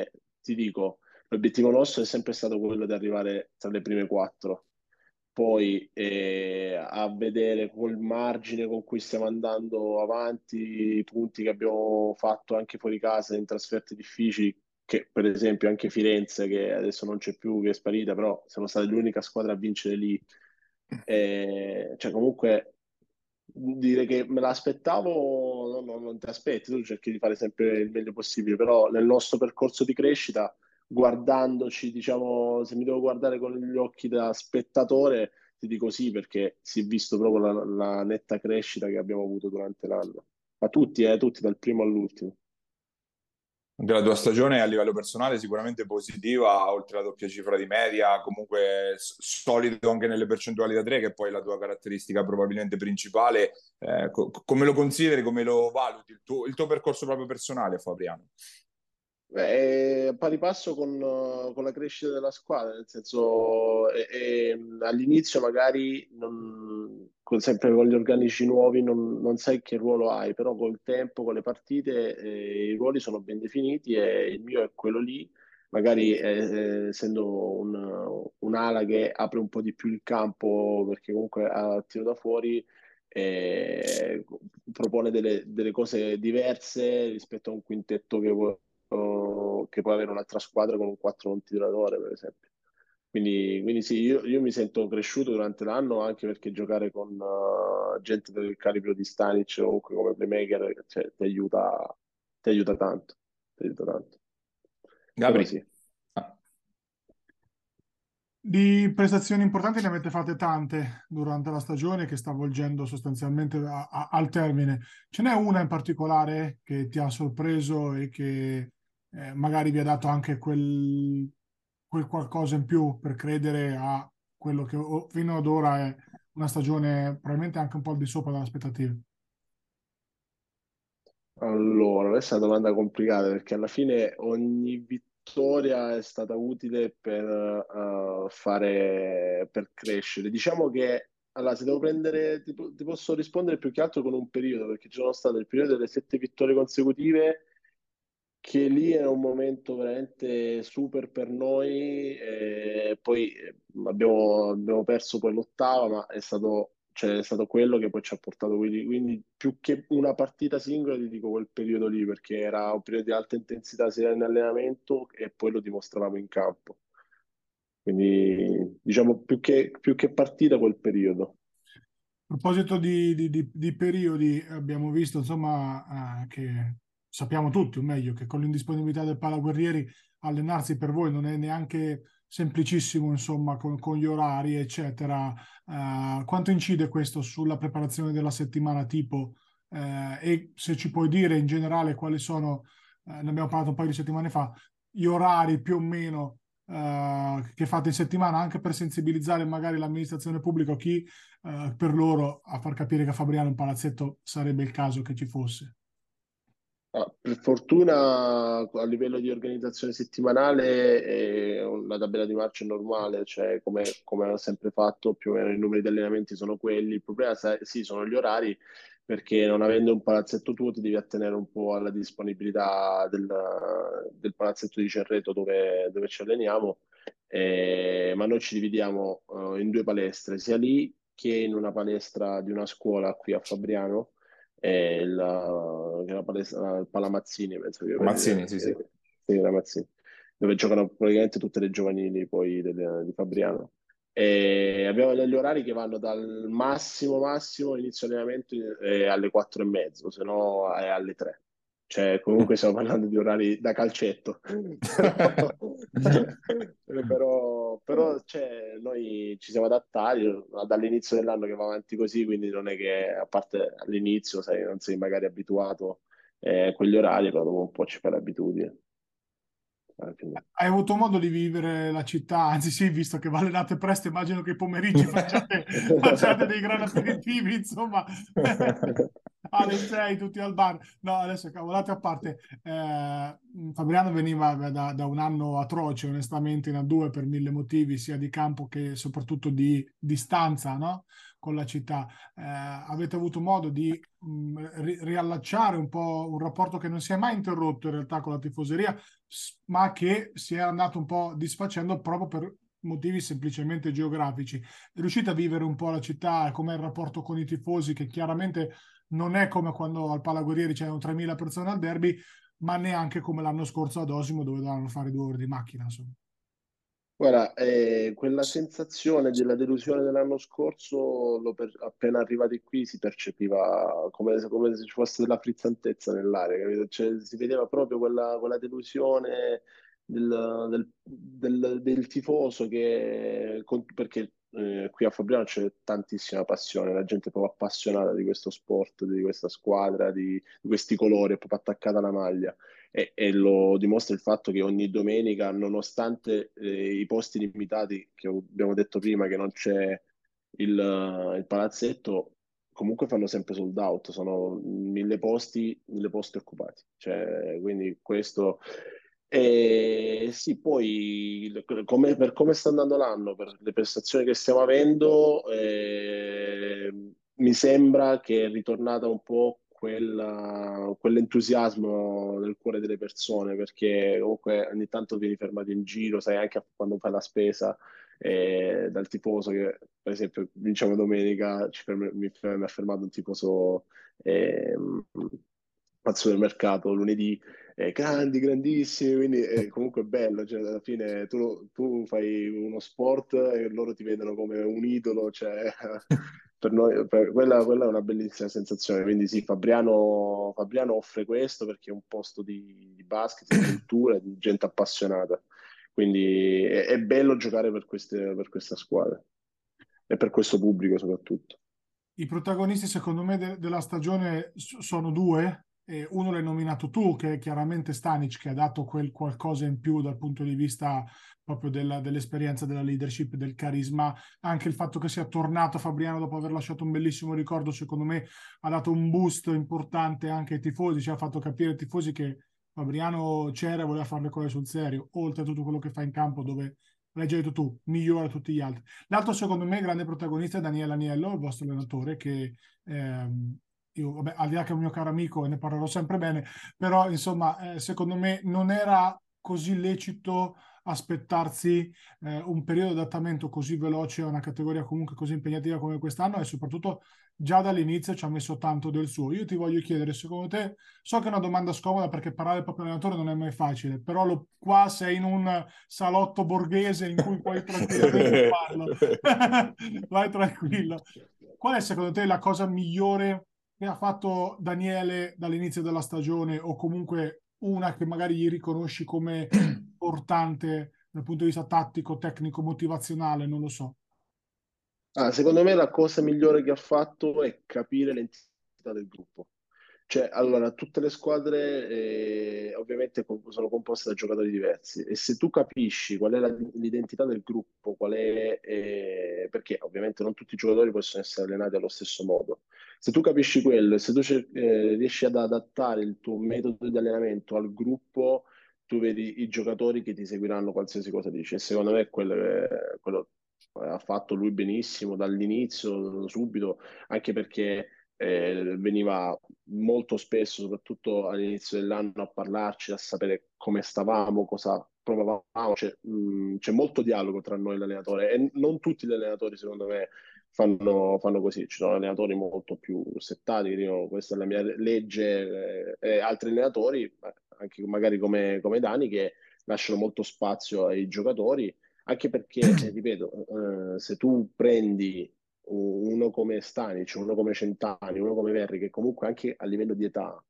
Speaker 4: ti dico, l'obiettivo nostro è sempre stato quello di arrivare tra le prime quattro. Poi eh, a vedere col margine con cui stiamo andando avanti, i punti che abbiamo fatto anche fuori casa in trasferte difficili, che per esempio anche Firenze, che adesso non c'è più, che è sparita, però siamo stati l'unica squadra a vincere lì. Eh, cioè comunque dire che me l'aspettavo, no, no, non ti aspetti, tu cerchi di fare sempre il meglio possibile, però nel nostro percorso di crescita, guardandoci, diciamo, se mi devo guardare con gli occhi da spettatore, ti dico sì, perché si è visto proprio la, la netta crescita che abbiamo avuto durante l'anno. Ma tutti, eh, tutti, dal primo all'ultimo.
Speaker 2: Della tua stagione a livello personale sicuramente positiva, oltre alla doppia cifra di media, comunque s- solido anche nelle percentuali da tre, che poi è la tua caratteristica probabilmente principale. Eh, co- come lo consideri, come lo valuti il tuo, il tuo percorso proprio personale, Fabriano?
Speaker 4: Beh, è pari passo con, eh, con la crescita della squadra, nel senso e- e, all'inizio magari non- con- sempre con gli organici nuovi non, non sai che ruolo hai, però col tempo, con le partite, eh, i ruoli sono ben definiti e il mio è quello lì, magari eh, eh, essendo un- un'ala che apre un po' di più il campo perché comunque ha tiro da fuori, eh, propone delle, delle cose diverse rispetto a un quintetto che vuole o che può avere un'altra squadra con un quattro non tiratore, per esempio. Quindi, quindi sì, io, io mi sento cresciuto durante l'anno anche perché giocare con uh, gente del calibro di Stanic o comunque come playmaker, cioè, ti aiuta, ti aiuta tanto. Ti aiuta tanto. Però
Speaker 2: Gabri?
Speaker 4: sì.
Speaker 2: Ah.
Speaker 3: Di prestazioni importanti ne avete fatte tante durante la stagione che sta volgendo sostanzialmente a- a- al termine. Ce n'è una in particolare che ti ha sorpreso e che eh, magari vi ha dato anche quel, quel qualcosa in più per credere a quello che o- fino ad ora è una stagione probabilmente anche un po' al di sopra delle aspettative.
Speaker 4: Allora, questa è una domanda complicata perché alla fine ogni vittoria è stata utile per eh, fare, per crescere. Diciamo che allora, se devo prendere, ti, po- ti posso rispondere più che altro con un periodo, perché ci sono state il periodo delle sette vittorie consecutive che lì era un momento veramente super per noi, e poi eh, abbiamo, abbiamo perso poi l'ottava, ma è stato, cioè, è stato quello che poi ci ha portato quindi, quindi più che una partita singola ti dico quel periodo lì, perché era un periodo di alta intensità sia in allenamento e poi lo dimostravamo in campo. Quindi diciamo più che, più che partita quel periodo.
Speaker 3: A proposito di, di- di- di periodi, abbiamo visto, insomma, eh, che sappiamo tutti, o meglio, che con l'indisponibilità del Palaguerrieri allenarsi per voi non è neanche semplicissimo, insomma, con, con gli orari, eccetera. Eh, quanto incide questo sulla preparazione della settimana tipo? Eh, e se ci puoi dire in generale quali sono, eh, ne abbiamo parlato un paio di settimane fa, gli orari più o meno eh, che fate in settimana, anche per sensibilizzare magari l'amministrazione pubblica o chi eh, per loro a far capire che a Fabriano un palazzetto sarebbe il caso che ci fosse.
Speaker 4: Ah, per fortuna a livello di organizzazione settimanale eh, la tabella di marcia è normale, cioè come, come ho sempre fatto, più o meno i numeri di allenamenti sono quelli. Il problema sai, sì, sono gli orari, perché non avendo un palazzetto tuo ti devi attenere un po' alla disponibilità del, del palazzetto di Cerreto dove, dove ci alleniamo. Eh, ma noi ci dividiamo eh, in due palestre, sia lì che in una palestra di una scuola qui a Fabriano, è la, che è la palestra, il Palamazzini, penso che
Speaker 2: Mazzini, sì, sì.
Speaker 4: eh, sì, la Mazzini, dove giocano praticamente tutte le giovanili poi del- di Fabriano. E abbiamo degli orari che vanno dal massimo massimo inizio allenamento eh, alle quattro e mezzo, se no è alle tre. Cioè, comunque stiamo parlando di orari da calcetto. Però, però cioè, noi ci siamo adattati dall'inizio dell'anno che va avanti così, quindi non è che, a parte all'inizio, sai, non sei magari abituato eh, a quegli orari, però dopo un po' ci fai l'abitudine. Alla fine.
Speaker 3: Hai avuto modo di vivere la città, anzi sì, visto che va allenate presto, immagino che i pomeriggi facciate, facciate dei gran aperitivi, insomma, alle sei tutti al bar. No, adesso cavolate a parte, eh, Fabriano veniva da, da un anno atroce, onestamente, in A due per mille motivi, sia di campo che soprattutto di distanza, no? con la città. Eh, avete avuto modo di mh, ri- riallacciare un po' un rapporto che non si è mai interrotto in realtà con la tifoseria, s- ma che si è andato un po' disfacendo proprio per motivi semplicemente geografici. Riuscite a vivere un po' la città, com'è il rapporto con i tifosi, che chiaramente non è come quando al Palaguerrieri c'erano tremila persone al derby, ma neanche come l'anno scorso ad Osimo dove dovevano fare due ore di macchina, insomma.
Speaker 4: Guarda, eh, quella sensazione della delusione dell'anno scorso, lo per- appena arrivati qui, si percepiva come, come se ci fosse della frizzantezza nell'aria, capito? Cioè, si vedeva proprio quella, quella delusione del, del- del- del tifoso che, con- perché eh, qui a Fabriano c'è tantissima passione, la gente è proprio appassionata di questo sport, di questa squadra, di, di questi colori, è proprio attaccata alla maglia. E, e lo dimostra il fatto che ogni domenica, nonostante eh, i posti limitati, che abbiamo detto prima, che non c'è il, eh, il palazzetto, comunque fanno sempre sold out, sono mille posti, mille posti occupati. Cioè, quindi questo... E sì, poi come- per come sta andando l'anno, per le prestazioni che stiamo avendo, eh, mi sembra che è ritornata un po' quella- quell'entusiasmo nel cuore delle persone, perché comunque ogni tanto vieni fermato in giro, sai, anche quando fai la spesa, eh, dal tifoso che, per esempio, vinciamo domenica, ci ferm- mi, mi ha fermato un tifoso ehm, al supermercato lunedì, eh, grandi, grandissimi, quindi è comunque bello, cioè alla fine tu, tu fai uno sport e loro ti vedono come un idolo, cioè per noi per- quella, quella è una bellissima sensazione, quindi sì, Fabriano, Fabriano offre questo perché è un posto di, di basket, di cultura, di gente appassionata, quindi è, è bello giocare per queste, per questa squadra e per questo pubblico soprattutto.
Speaker 3: I protagonisti, secondo me, de- della stagione s- sono due. Eh, uno l'hai nominato tu, che è chiaramente Stanic, che ha dato quel qualcosa in più dal punto di vista proprio della- dell'esperienza, della leadership, del carisma. Anche il fatto che sia tornato Fabriano dopo aver lasciato un bellissimo ricordo, secondo me, ha dato un boost importante anche ai tifosi, ci ha fatto capire ai tifosi che Fabriano c'era e voleva fare le cose sul serio, oltre a tutto quello che fa in campo, dove l'hai già detto tu, migliora tutti gli altri. L'altro, secondo me, grande protagonista è Daniele Agnello, il vostro allenatore, che ehm, io, vabbè, al di là che è un mio caro amico e ne parlerò sempre bene, però insomma, eh, secondo me non era così lecito aspettarsi eh, un periodo di adattamento così veloce a una categoria comunque così impegnativa come quest'anno e soprattutto già dall'inizio ci ha messo tanto del suo. Io ti voglio chiedere, secondo te, so che è una domanda scomoda perché parlare del proprio allenatore non è mai facile, però lo, qua sei in un salotto borghese in cui puoi tranquillamente farlo. Vai tranquillo. Qual è secondo te la cosa migliore che ha fatto Daniele dall'inizio della stagione o comunque una che magari gli riconosci come importante dal punto di vista tattico, tecnico, motivazionale, non lo so.
Speaker 4: Ah, secondo me la cosa migliore che ha fatto è capire l'entità del gruppo. Cioè, allora, tutte le squadre eh, ovviamente co- sono composte da giocatori diversi e se tu capisci qual è la- l'identità del gruppo, qual è, eh, perché ovviamente non tutti i giocatori possono essere allenati allo stesso modo. Se tu capisci quello e se tu cer- eh, riesci ad adattare il tuo metodo di allenamento al gruppo, tu vedi i giocatori che ti seguiranno qualsiasi cosa dici. E secondo me quello, è- quello ha fatto lui benissimo dall'inizio, subito, anche perché eh, veniva molto spesso, soprattutto all'inizio dell'anno, a parlarci, a sapere come stavamo, cosa provavamo. C'è, mh, c'è molto dialogo tra noi e l'allenatore e non tutti gli allenatori, secondo me, fanno, fanno così. Ci sono allenatori molto più settati, che dicono questa è la mia legge, eh, e altri allenatori, anche magari come, come Dani, che lasciano molto spazio ai giocatori anche perché, eh, ripeto, eh, se tu prendi uno come Stanic, uno come Centani, uno come Verri, che comunque anche a livello di età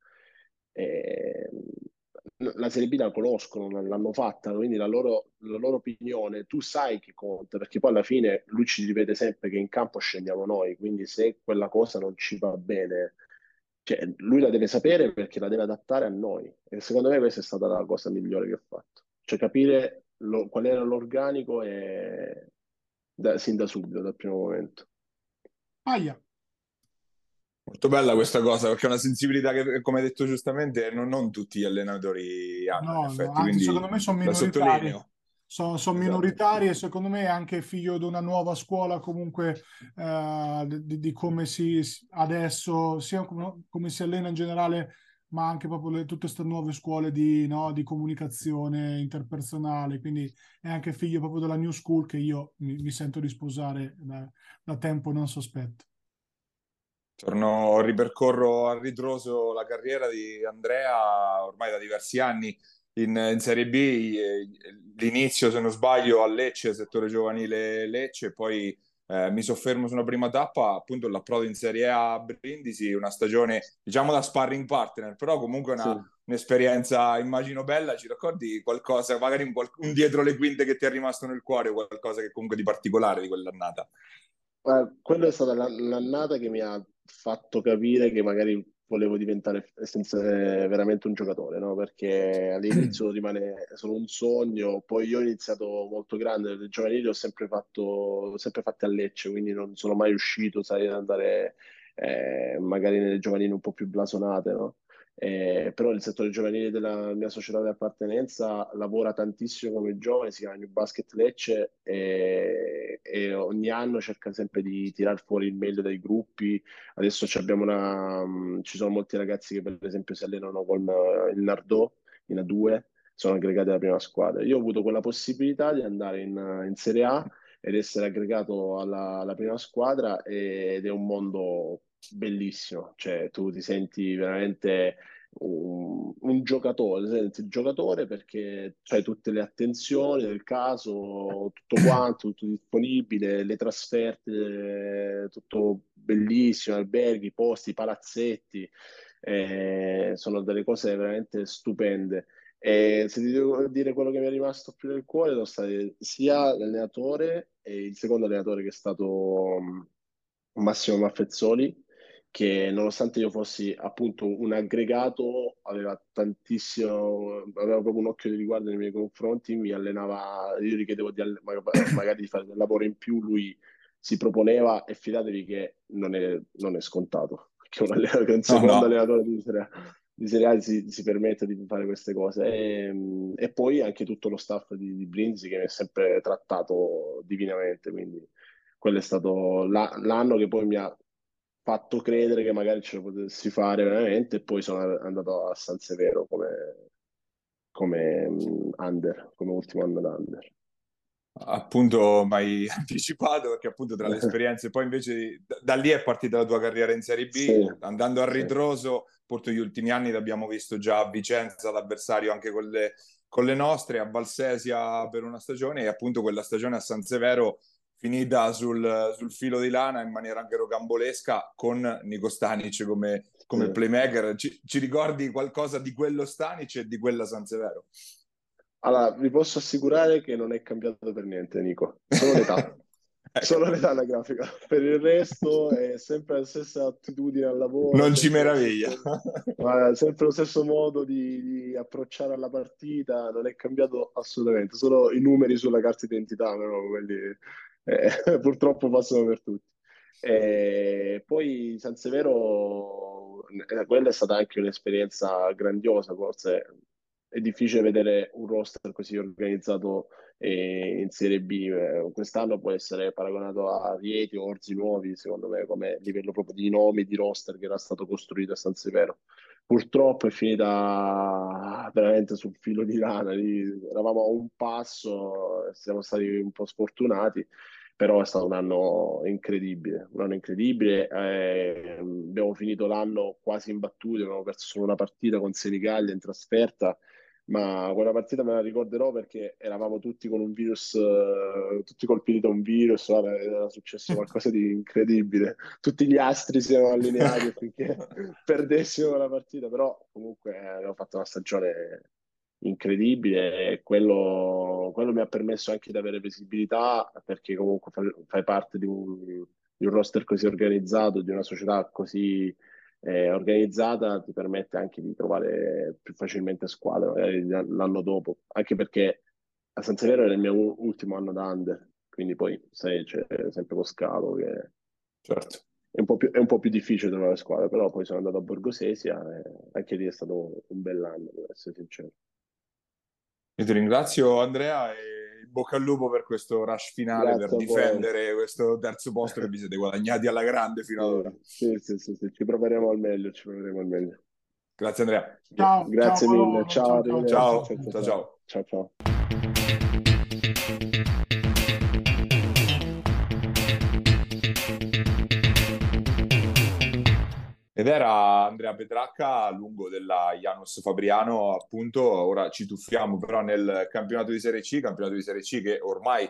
Speaker 4: eh, la Serie B la conoscono, l'hanno fatta, quindi la loro, la loro opinione, tu sai che conta, perché poi alla fine lui ci ripete sempre che in campo scendiamo noi, quindi se quella cosa non ci va bene, cioè, lui la deve sapere perché la deve adattare a noi. E secondo me questa è stata la cosa migliore che ha fatto. Cioè capire lo- qual era l'organico e da- sin da subito, dal primo momento.
Speaker 3: Aia,
Speaker 2: Molto bella questa cosa perché è una sensibilità che, come hai detto giustamente, non, non tutti gli allenatori hanno, in
Speaker 3: no, no,
Speaker 2: effetti,
Speaker 3: anzi
Speaker 2: quindi
Speaker 3: secondo me sono
Speaker 2: la
Speaker 3: minoritari.
Speaker 2: sottolineo.
Speaker 3: sono, sono
Speaker 2: Esatto.
Speaker 3: minoritari e secondo me è anche figlio di una nuova scuola comunque eh, di, di come si adesso, sia come, come si allena in generale, ma anche proprio le- tutte queste nuove scuole di, no, di comunicazione interpersonale, quindi è anche figlio proprio della new school che io mi, mi sento di sposare da, da tempo non sospetto.
Speaker 2: Torno, ripercorro a ritroso la carriera di Andrea ormai da diversi anni in, in Serie B, eh, l'inizio se non sbaglio a Lecce, settore giovanile Lecce, poi eh, mi soffermo su una prima tappa, appunto l'approdo in Serie A a Brindisi, una stagione diciamo da sparring partner, però comunque
Speaker 4: Sì.
Speaker 2: una, un'esperienza immagino bella. Ci racconti qualcosa, magari un, qual- un dietro le quinte che ti è rimasto nel cuore, qualcosa che comunque di particolare di quell'annata?
Speaker 4: Ma quella è stata la- l'annata che mi ha fatto capire che magari volevo diventare senza- eh, veramente un giocatore, no? Perché all'inizio rimane solo un sogno, poi io ho iniziato molto grande, le giovanili ho sempre fatto, ho sempre fatte a Lecce, quindi non sono mai uscito, sai, ad andare eh, magari nelle giovanili un po' più blasonate, no? Eh, però il settore giovanile della mia società di appartenenza lavora tantissimo come giovane, si chiama New Basket Lecce e, e ogni anno cerca sempre di tirar fuori il meglio dai gruppi. Adesso ci abbiamo una, mh, ci sono molti ragazzi che per esempio si allenano con eh, il Nardò in A due, sono aggregati alla prima squadra. Io ho avuto quella possibilità di andare in, in Serie A ed essere aggregato alla, alla prima squadra ed è un mondo bellissimo, cioè tu ti senti veramente un, un giocatore, senti, il giocatore perché c'hai tutte le attenzioni del caso, tutto quanto, tutto disponibile, le trasferte, tutto bellissimo, alberghi, posti, palazzetti, eh, sono delle cose veramente stupende. E se ti devo dire quello che mi è rimasto più nel cuore, sono stati sia l'allenatore e il secondo allenatore che è stato um, Massimo Maffezzoli, che nonostante io fossi appunto un aggregato, aveva tantissimo, aveva proprio un occhio di riguardo nei miei confronti, mi allenava, io gli chiedevo di alle- magari di fare del lavoro in più, lui si proponeva e fidatevi che non è, non è scontato, perché un, allenatore, che un
Speaker 2: No,
Speaker 4: secondo
Speaker 2: no.
Speaker 4: allenatore di Serie A, di Serie A si, si permette di fare queste cose. E, e poi anche tutto lo staff di, di Brindisi che mi ha sempre trattato divinamente, quindi quello è stato la- l'anno che poi mi ha fatto credere che magari ce lo potessi fare veramente e poi sono andato a San Severo come, come mm, under, come ultimo anno da under.
Speaker 2: Appunto mi hai anticipato perché appunto tra le esperienze poi invece di- da, da lì è partita la tua carriera in Serie B,
Speaker 4: Sì,
Speaker 2: andando a
Speaker 4: sì,
Speaker 2: ritroso porto gli ultimi anni l'abbiamo visto già a Vicenza, l'avversario anche con le, con le nostre, a Valsesia per una stagione e appunto quella stagione a San Severo finita sul, sul filo di lana in maniera anche rocambolesca con Nico Stanic come, come
Speaker 4: sì.
Speaker 2: playmaker. Ci, ci ricordi qualcosa di quello Stanic e di quella San Severo?
Speaker 4: Allora, vi posso assicurare che non è cambiato per niente, Nico. Solo l'età.
Speaker 2: Ecco,
Speaker 4: Solo l'età anagrafica. Per il resto è sempre la stessa attitudine al lavoro,
Speaker 2: non ci
Speaker 4: sempre lo
Speaker 2: meraviglia.
Speaker 4: stesso, guarda, sempre lo stesso modo di, di approcciare alla partita, non è cambiato assolutamente. Solo i numeri sulla carta d'identità, però, quelli eh, purtroppo passano per tutti. E poi San Severo, eh, quella è stata anche un'esperienza grandiosa, forse è difficile vedere un roster così organizzato eh, in Serie B. Eh, Quest'anno può essere paragonato a Rieti o Orzi Nuovi, secondo me, come livello proprio di nomi, di roster che era stato costruito a San Severo. Purtroppo è finita veramente sul filo di lana, lì eravamo a un passo, siamo stati un po' sfortunati, però è stato un anno incredibile, un anno incredibile. Eh, abbiamo finito l'anno quasi imbattuti, abbiamo perso solo una partita con Senigallia in trasferta, ma quella partita me la ricorderò perché eravamo tutti con un virus, eh, tutti colpiti da un virus, guarda, era successo qualcosa di incredibile. Tutti gli astri si erano allineati affinché perdessimo la partita, però comunque eh, abbiamo fatto una stagione incredibile e quello, quello mi ha permesso anche di avere visibilità perché comunque fai, fai parte di un, di un roster così organizzato, di una società così eh, organizzata, ti permette anche di trovare più facilmente squadra magari l'anno dopo, anche perché a San Severo era il mio u- ultimo anno da under, quindi poi sai, c'è sempre lo scalo che
Speaker 2: Certo.
Speaker 4: è un po' più, è un po' più difficile trovare squadra, però poi sono andato a Borgosesia e anche lì è stato un bell'anno, devo essere sincero.
Speaker 2: Io ti ringrazio Andrea e bocca al lupo per questo rush finale,
Speaker 4: Grazie
Speaker 2: per
Speaker 4: a voi.
Speaker 2: difendere questo terzo posto che vi siete guadagnati alla grande fino ad ora.
Speaker 4: Sì, sì, sì, sì, ci proveremo al meglio, ci proveremo al meglio.
Speaker 2: Grazie Andrea.
Speaker 3: Ciao,
Speaker 4: Grazie
Speaker 3: ciao
Speaker 4: mille,
Speaker 3: Paolo,
Speaker 4: ciao,
Speaker 3: ciao, ciao,
Speaker 4: arrivederci.
Speaker 3: ciao,
Speaker 2: Ciao,
Speaker 3: ciao.
Speaker 2: ciao, ciao.
Speaker 4: Ciao, ciao.
Speaker 2: Ed era Andrea Petracca a lungo della Janus Fabriano, appunto. Ora ci tuffiamo però nel campionato di Serie C, campionato di Serie C che ormai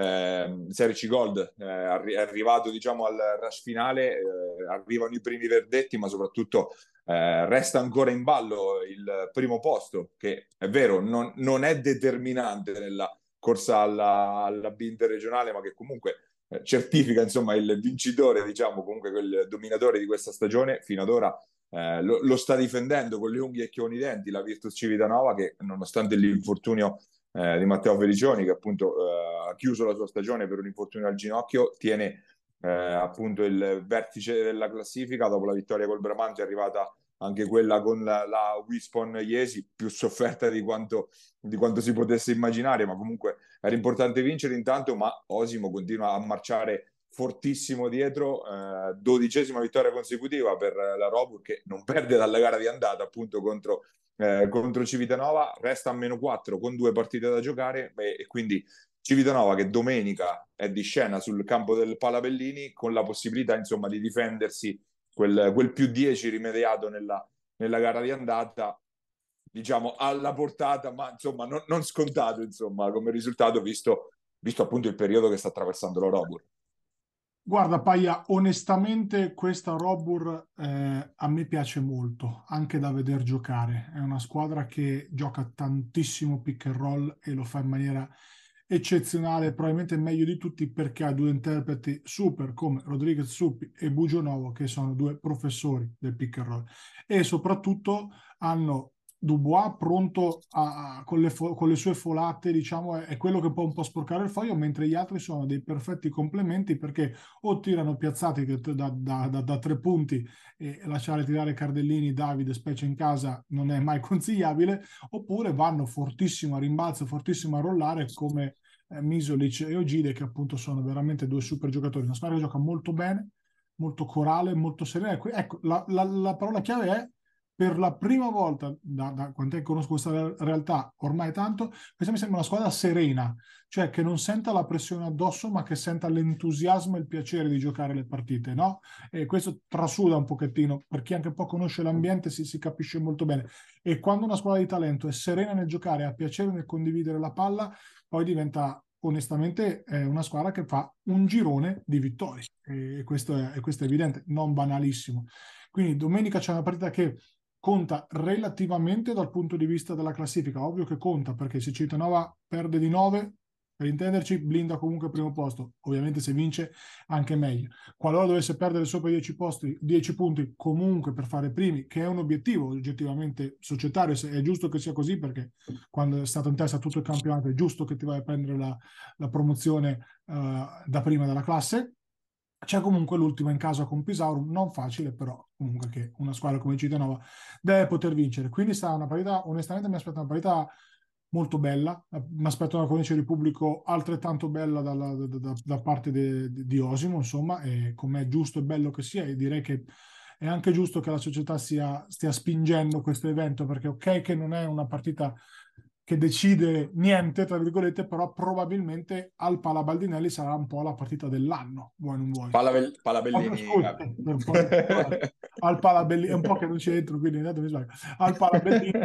Speaker 2: eh, Serie C Gold eh, è arrivato, diciamo, al rush finale, eh, arrivano i primi verdetti, ma soprattutto eh, resta ancora in ballo il primo posto, che è vero, non, non è determinante nella corsa alla, alla B interregionale, ma che comunque eh, certifica, insomma, il vincitore, diciamo, comunque quel dominatore di questa stagione. Fino ad ora eh, lo, lo sta difendendo con le unghie e con i denti la Virtus Civitanova, che nonostante l'infortunio eh, di Matteo Felicioni, che appunto eh, ha chiuso la sua stagione per un infortunio al ginocchio, tiene eh, appunto il vertice della classifica. Dopo la vittoria col Bramante è arrivata anche quella con la, la Wispon Iesi, più sofferta di quanto, di quanto si potesse immaginare, ma comunque era importante vincere intanto. Ma Osimo continua a marciare fortissimo dietro, eh, dodicesima vittoria consecutiva per la Robur, che non perde dalla gara di andata appunto contro, eh, contro Civitanova, resta a meno quattro con due partite da giocare, e, e quindi Civitanova che domenica è di scena sul campo del Palabellini, con la possibilità, insomma, di difendersi quel, quel più dieci rimediato nella, nella gara di andata, diciamo alla portata, ma insomma non, non scontato, insomma, come risultato, visto, visto appunto il periodo che sta attraversando la Robur.
Speaker 3: Guarda Paia, onestamente questa Robur eh, a me piace molto, anche da veder giocare. È una squadra che gioca tantissimo pick and roll e lo fa in maniera eccezionale, probabilmente meglio di tutti, perché ha due interpreti super come Rodriguez Suppi e Bugionovo, che sono due professori del pick and roll, e soprattutto hanno Dubois pronto a, a, con, le fo- con le sue folate, diciamo, è, è quello che può un po' sporcare il foglio, mentre gli altri sono dei perfetti complementi, perché o tirano piazzati che, da, da, da, da tre punti, e lasciare tirare Cardellini, Davide, specie in casa, non è mai consigliabile, oppure vanno fortissimo a rimbalzo, fortissimo a rollare, come eh, Misolic e Ogide, che appunto sono veramente due super giocatori. Una squadra che gioca molto bene, molto corale, molto serena. Ecco, la, la, la parola chiave è: per la prima volta da, da quando conosco questa realtà ormai tanto, questa mi sembra una squadra serena, cioè che non senta la pressione addosso, ma che senta l'entusiasmo e il piacere di giocare le partite, no? E questo trasuda un pochettino, per chi anche un po' conosce l'ambiente si, si capisce molto bene. E quando una squadra di talento è serena nel giocare, ha piacere nel condividere la palla, poi diventa onestamente eh, una squadra che fa un girone di vittorie, e questo è, e questo è evidente, non banalissimo. Quindi domenica c'è una partita che conta relativamente dal punto di vista della classifica. Ovvio che conta, perché se Civitanova perde di nove, per intenderci, blinda comunque il primo posto. Ovviamente se vince anche meglio. Qualora dovesse perdere sopra i dieci posti, dieci punti comunque per fare primi, che è un obiettivo oggettivamente societario, è giusto che sia così, perché quando è stato in testa tutto il campionato è giusto che ti vai a prendere la, la promozione uh, da prima della classe. C'è comunque l'ultima in casa con Pisaurum, non facile, però comunque che una squadra come Civitanova deve poter vincere. Quindi sarà una partita, onestamente mi aspetto una partita molto bella, mi aspetto una cornice di pubblico altrettanto bella dalla, da, da, da parte de, de, di Osimo, insomma, e com'è giusto e bello che sia, e direi che è anche giusto che la società sia, stia spingendo questo evento, perché ok che non è una partita che decide niente, tra virgolette, però probabilmente al Palabaldinelli sarà un po' la partita dell'anno, vuoi non vuoi.
Speaker 2: Palabell-
Speaker 3: Oh,
Speaker 2: Palabellini.
Speaker 3: scusa, per un po' di- al Palabellini, è un po' che non ci entro, quindi intanto mi sbaglio. Al Palabellini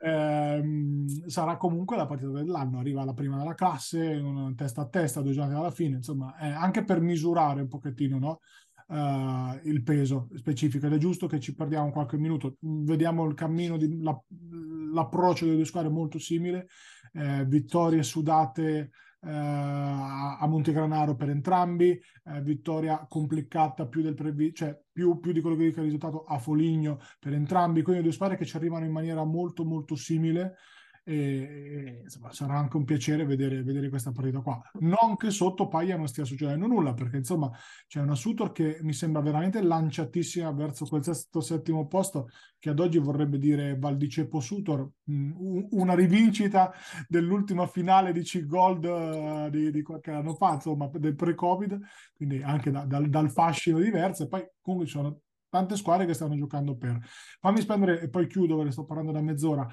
Speaker 3: ehm, sarà comunque la partita dell'anno, arriva la prima della classe, una testa a testa, due giornate alla fine, insomma, eh, anche per misurare un pochettino, no? Uh, il peso specifico, ed è giusto che ci perdiamo qualche minuto. Vediamo il cammino, di, la, l'approccio delle due squadre molto simile, eh, vittorie sudate eh, a Montegranaro per entrambi, eh, vittoria complicata più del previsto, cioè più, più di quello che è risultato a Foligno per entrambi, quindi due squadre che ci arrivano in maniera molto molto simile, e, e, insomma, sarà anche un piacere vedere, vedere questa partita qua. Non che sotto Paglia non stia succedendo nulla, perché insomma c'è una Sutor che mi sembra veramente lanciatissima verso quel sesto settimo posto, che ad oggi vorrebbe dire Val di Ceppo Sutor, mh, una rivincita dell'ultima finale di C-Gold uh, di, di qualche anno fa, insomma del pre-Covid, quindi anche da, dal, dal fascino diverso. E poi comunque ci sono tante squadre che stanno giocando per. Fammi spendere, e poi chiudo perché sto parlando da mezz'ora,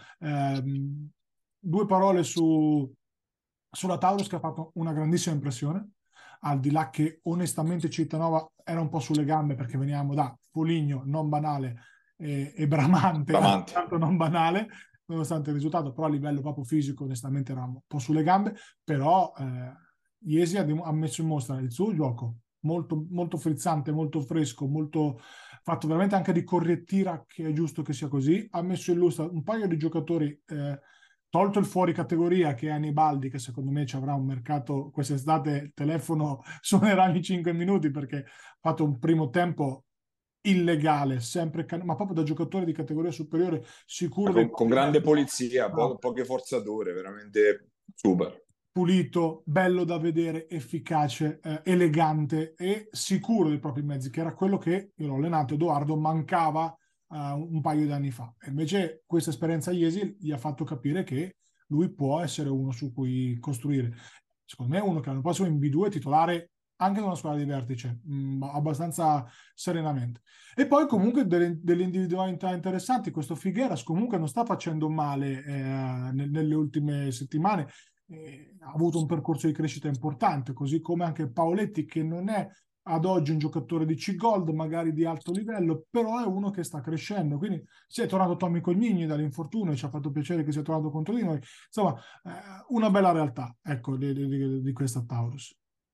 Speaker 3: ehm, due parole su, sulla Taurus, che ha fatto una grandissima impressione, al di là che onestamente Cittadella era un po' sulle gambe, perché veniamo da Foligno, non banale, e, e Bramante,
Speaker 2: Bramante.
Speaker 3: tanto non banale, nonostante il risultato, però a livello proprio fisico onestamente eravamo un po' sulle gambe, però eh, Iesi ha, ha messo in mostra il suo gioco, molto, molto frizzante, molto fresco, molto fatto veramente anche di correttiva, che è giusto che sia così. Ha messo in lustra un paio di giocatori, eh, tolto il fuori categoria che è Anibaldi, che secondo me ci avrà un mercato quest'estate, il telefono suonerà ogni cinque minuti, perché ha fatto un primo tempo illegale, sempre can- ma proprio da giocatore di categoria superiore, sicuro dei
Speaker 2: Con, con
Speaker 3: propri
Speaker 2: grande
Speaker 3: mezzi.
Speaker 2: polizia, po-
Speaker 3: No,
Speaker 2: poche forzature, veramente super.
Speaker 3: pulito, bello da vedere, efficace, eh, elegante e sicuro dei propri mezzi, che era quello che io l'ho allenato, Edoardo, mancava uh, un paio di anni fa. E invece questa esperienza a Iesi gli ha fatto capire che lui può essere uno su cui costruire. Secondo me è uno che l'anno prossimo in B due è titolare anche in una squadra di vertice, mh, abbastanza serenamente. E poi comunque delle, delle individualità interessanti. Questo Figueras comunque non sta facendo male eh, nel, nelle ultime settimane, eh, ha avuto un percorso di crescita importante, così come anche Paoletti, che non è ad oggi un giocatore di C-Gold, magari di alto livello, però è uno che sta crescendo. Quindi si è tornato Tommy Colmigni dall'infortunio, ci ha fatto piacere che sia tornato contro di noi. Insomma, eh, una bella realtà, ecco, di, di, di questa Taurus.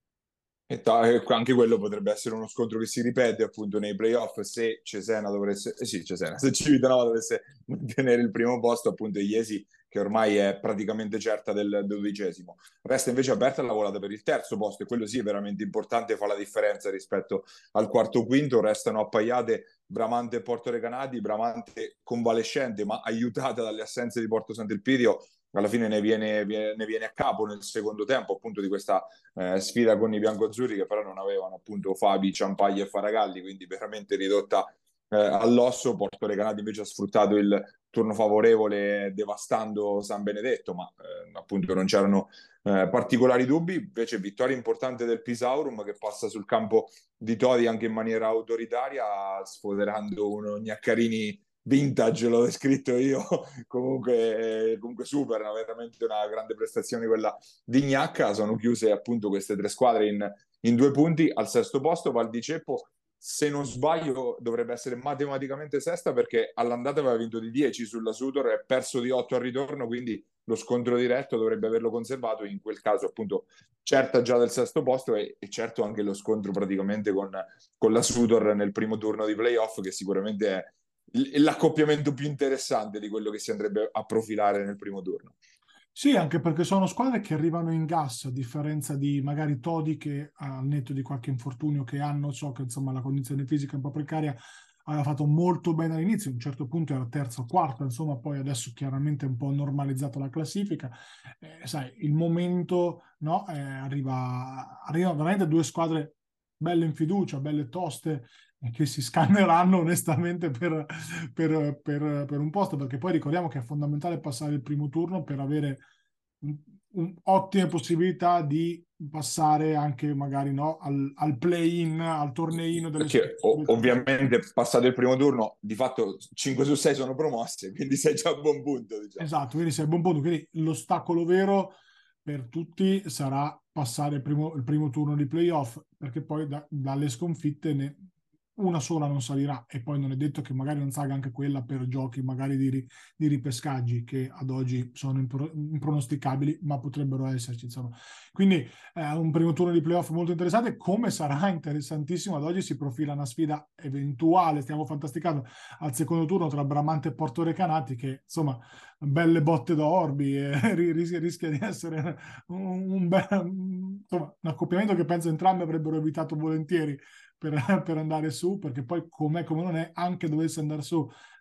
Speaker 2: E ta- e anche quello potrebbe essere uno scontro che si ripete appunto nei playoff, se Cesena dovesse, eh sì, Cesena, se Civitanova dovesse mantenere il primo posto, appunto Iesi, che ormai è praticamente certa del dodicesimo. Resta invece aperta la volata per il terzo posto, e quello sì è veramente importante, fa la differenza rispetto al quarto quinto. Restano appaiate Bramante e Porto Recanati, Bramante convalescente ma aiutata dalle assenze di Porto Sant'Elpidio, alla fine ne viene, ne viene a capo nel secondo tempo appunto di questa eh, sfida con i biancoazzurri, che però non avevano appunto Fabi, Ciampaglia e Faragalli, quindi veramente ridotta eh, all'osso. Porto Recanati invece ha sfruttato il turno favorevole devastando San Benedetto, ma eh, appunto non c'erano eh, particolari dubbi. Invece vittoria importante del Pisaurum, che passa sul campo di Todi anche in maniera autoritaria, sfoderando uno Gnaccarini vintage, l'ho descritto io. comunque, eh, comunque super, no? Veramente una grande prestazione quella di Gnacca. Sono chiuse appunto queste tre squadre in, in due punti. Al sesto posto Val di Ceppo, se non sbaglio dovrebbe essere matematicamente sesta, perché all'andata aveva vinto di dieci sulla Sutor e perso di otto al ritorno, quindi lo scontro diretto dovrebbe averlo conservato. In quel caso appunto certa già del sesto posto, e, e certo anche lo scontro praticamente con, con la Sutor nel primo turno di playoff, che sicuramente è l'accoppiamento più interessante di quello che si andrebbe a profilare nel primo turno.
Speaker 3: Sì, anche perché sono squadre che arrivano in gas, a differenza di magari Todi, che al netto di qualche infortunio che hanno, so che insomma la condizione fisica è un po' precaria, aveva fatto molto bene all'inizio, a un certo punto era terza o quarta, insomma poi adesso chiaramente è un po' normalizzata la classifica. Eh, sai, il momento, no, eh, arriva, arriva veramente due squadre belle in fiducia, belle toste, che si scanneranno onestamente per, per, per, per un posto, perché poi ricordiamo che è fondamentale passare il primo turno per avere un, un, ottime possibilità di passare anche magari no, al, al play-in, al torneino delle
Speaker 2: Perché o, ovviamente passato il primo turno di fatto cinque su sei sono promosse, quindi sei già a buon punto, diciamo.
Speaker 3: Esatto, quindi sei a buon punto. Quindi l'ostacolo vero per tutti sarà passare il primo, il primo turno di playoff, perché poi da, dalle sconfitte ne, una sola non salirà, e poi non è detto che magari non salga anche quella per giochi magari di, ri, di ripescaggi che ad oggi sono impro, impronosticabili, ma potrebbero esserci, insomma. Quindi eh, un primo turno di playoff molto interessante. Come sarà interessantissimo, ad oggi si profila una sfida eventuale, stiamo fantasticando, al secondo turno tra Bramante e Porto Recanati, che insomma belle botte da Orbi, e rischia, rischia di essere un, un, bel, insomma, un accoppiamento che penso entrambi avrebbero evitato volentieri per, per andare su, perché poi com'è come non è, anche dovesse andare su,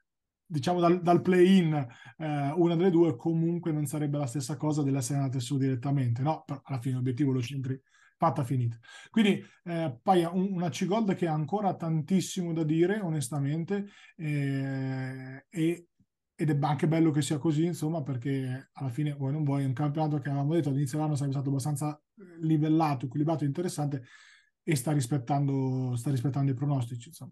Speaker 3: diciamo dal, dal play-in, eh, una delle due, comunque non sarebbe la stessa cosa dell'essere andate su direttamente, no? Però alla fine l'obiettivo lo centri, fatta finita. Quindi eh, Paia, un, una C-Gold che ha ancora tantissimo da dire, onestamente, eh, e, ed è anche bello che sia così, insomma, perché alla fine, vuoi non vuoi, è un campionato che avevamo detto all'inizio dell'anno sarebbe stato abbastanza livellato, equilibrato, interessante, e sta rispettando, sta rispettando i pronostici, insomma.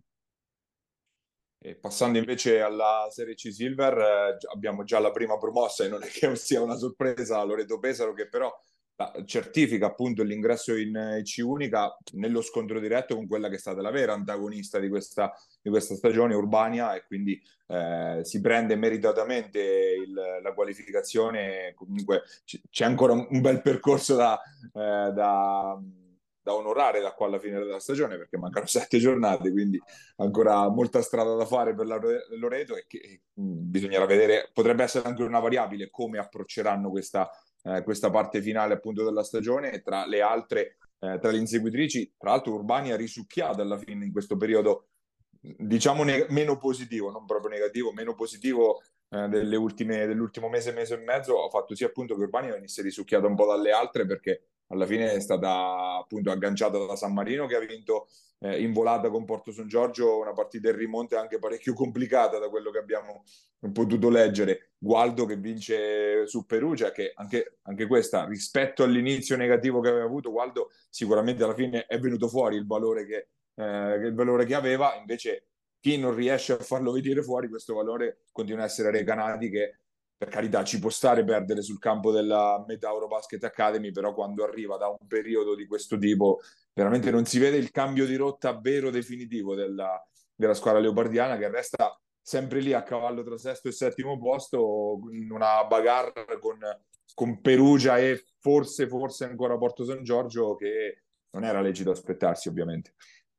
Speaker 2: E passando invece alla Serie C Silver, eh, abbiamo già la prima promossa e non è che sia una sorpresa, Loreto Pesaro, che però eh, certifica appunto l'ingresso in eh, C Unica nello scontro diretto con quella che è stata la vera antagonista di questa, di questa stagione, Urbania, e quindi eh, si prende meritatamente il, la qualificazione. Comunque c- c'è ancora un, un bel percorso da... eh, da da onorare da qua alla fine della stagione, perché mancano sette giornate, quindi ancora molta strada da fare per la Loreto, e che mh, bisognerà vedere, potrebbe essere anche una variabile come approcceranno questa, eh, questa parte finale appunto della stagione, e tra le altre, eh, tra le inseguitrici, tra l'altro Urbania risucchiata alla fine in questo periodo, diciamo ne- meno positivo, non proprio negativo, meno positivo eh, delle ultime, dell'ultimo mese, mese e mezzo, ha fatto sì appunto che Urbania venisse risucchiata un po' dalle altre, perché alla fine è stata appunto agganciata da San Marino, che ha vinto eh, in volata con Porto San Giorgio, una partita in rimonte anche parecchio complicata da quello che abbiamo potuto leggere. Gualdo che vince su Perugia, che anche, anche questa, rispetto all'inizio negativo che aveva avuto, Gualdo sicuramente alla fine è venuto fuori il valore che, eh, il valore che aveva. Invece chi non riesce a farlo vedere fuori questo valore continua a essere Recanati, che per carità ci può stare perdere sul campo della Metauro Basket Academy, però quando arriva da un periodo di questo tipo veramente non si vede il cambio di rotta vero definitivo della, della squadra leopardiana, che resta sempre lì a cavallo tra sesto e settimo posto, in una bagarre con, con Perugia e forse, forse ancora Porto San Giorgio, che non era lecito aspettarsi ovviamente.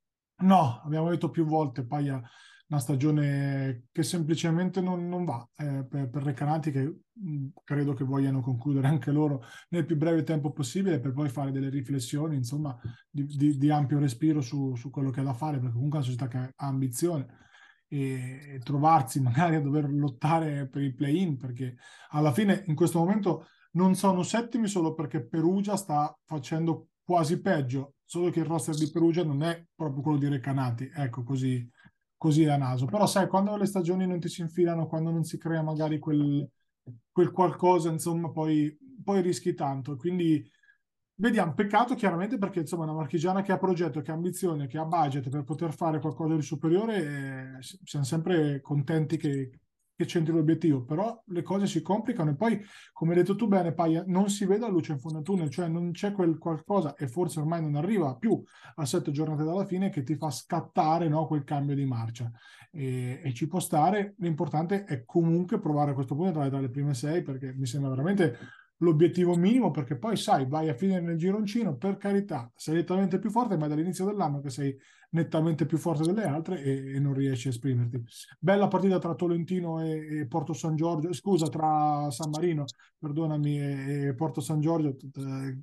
Speaker 3: No, abbiamo detto più volte, Paia, una stagione che semplicemente non, non va eh, per, per Recanati, che mh, credo che vogliano concludere anche loro nel più breve tempo possibile, per poi fare delle riflessioni, insomma, di, di- di ampio respiro su, su quello che ha da fare, perché comunque è una società che ha ambizione, e, e trovarsi magari a dover lottare per il play-in, perché alla fine in questo momento non sono settimi solo perché Perugia sta facendo quasi peggio, solo che il roster di Perugia non è proprio quello di Recanati, ecco, così, così a naso. Però sai, quando le stagioni non ti si infilano, quando non si crea magari quel, quel qualcosa, insomma, poi, poi rischi tanto. Quindi vediamo, peccato chiaramente, perché insomma una marchigiana che ha progetto, che ha ambizione, che ha budget per poter fare qualcosa di superiore, eh, siamo sempre contenti che, che c'entri l'obiettivo, però le cose si complicano e poi, come hai detto tu bene, Paia, non si vede la luce in fondo al tunnel, cioè non c'è quel qualcosa, e forse ormai non arriva più a sette giornate dalla fine, che ti fa scattare, no, quel cambio di marcia. E, e ci può stare, l'importante è comunque provare a questo punto ad andare tra le prime sei, perché mi sembra veramente l'obiettivo minimo, perché poi sai, vai a finire nel gironcino, per carità, sei nettamente più forte, ma è dall'inizio dell'anno che sei nettamente più forte delle altre, e, e non riesci a esprimerti. Bella partita tra Tolentino e, e Porto San Giorgio, scusa, tra San Marino, perdonami, e, e Porto San Giorgio, eh,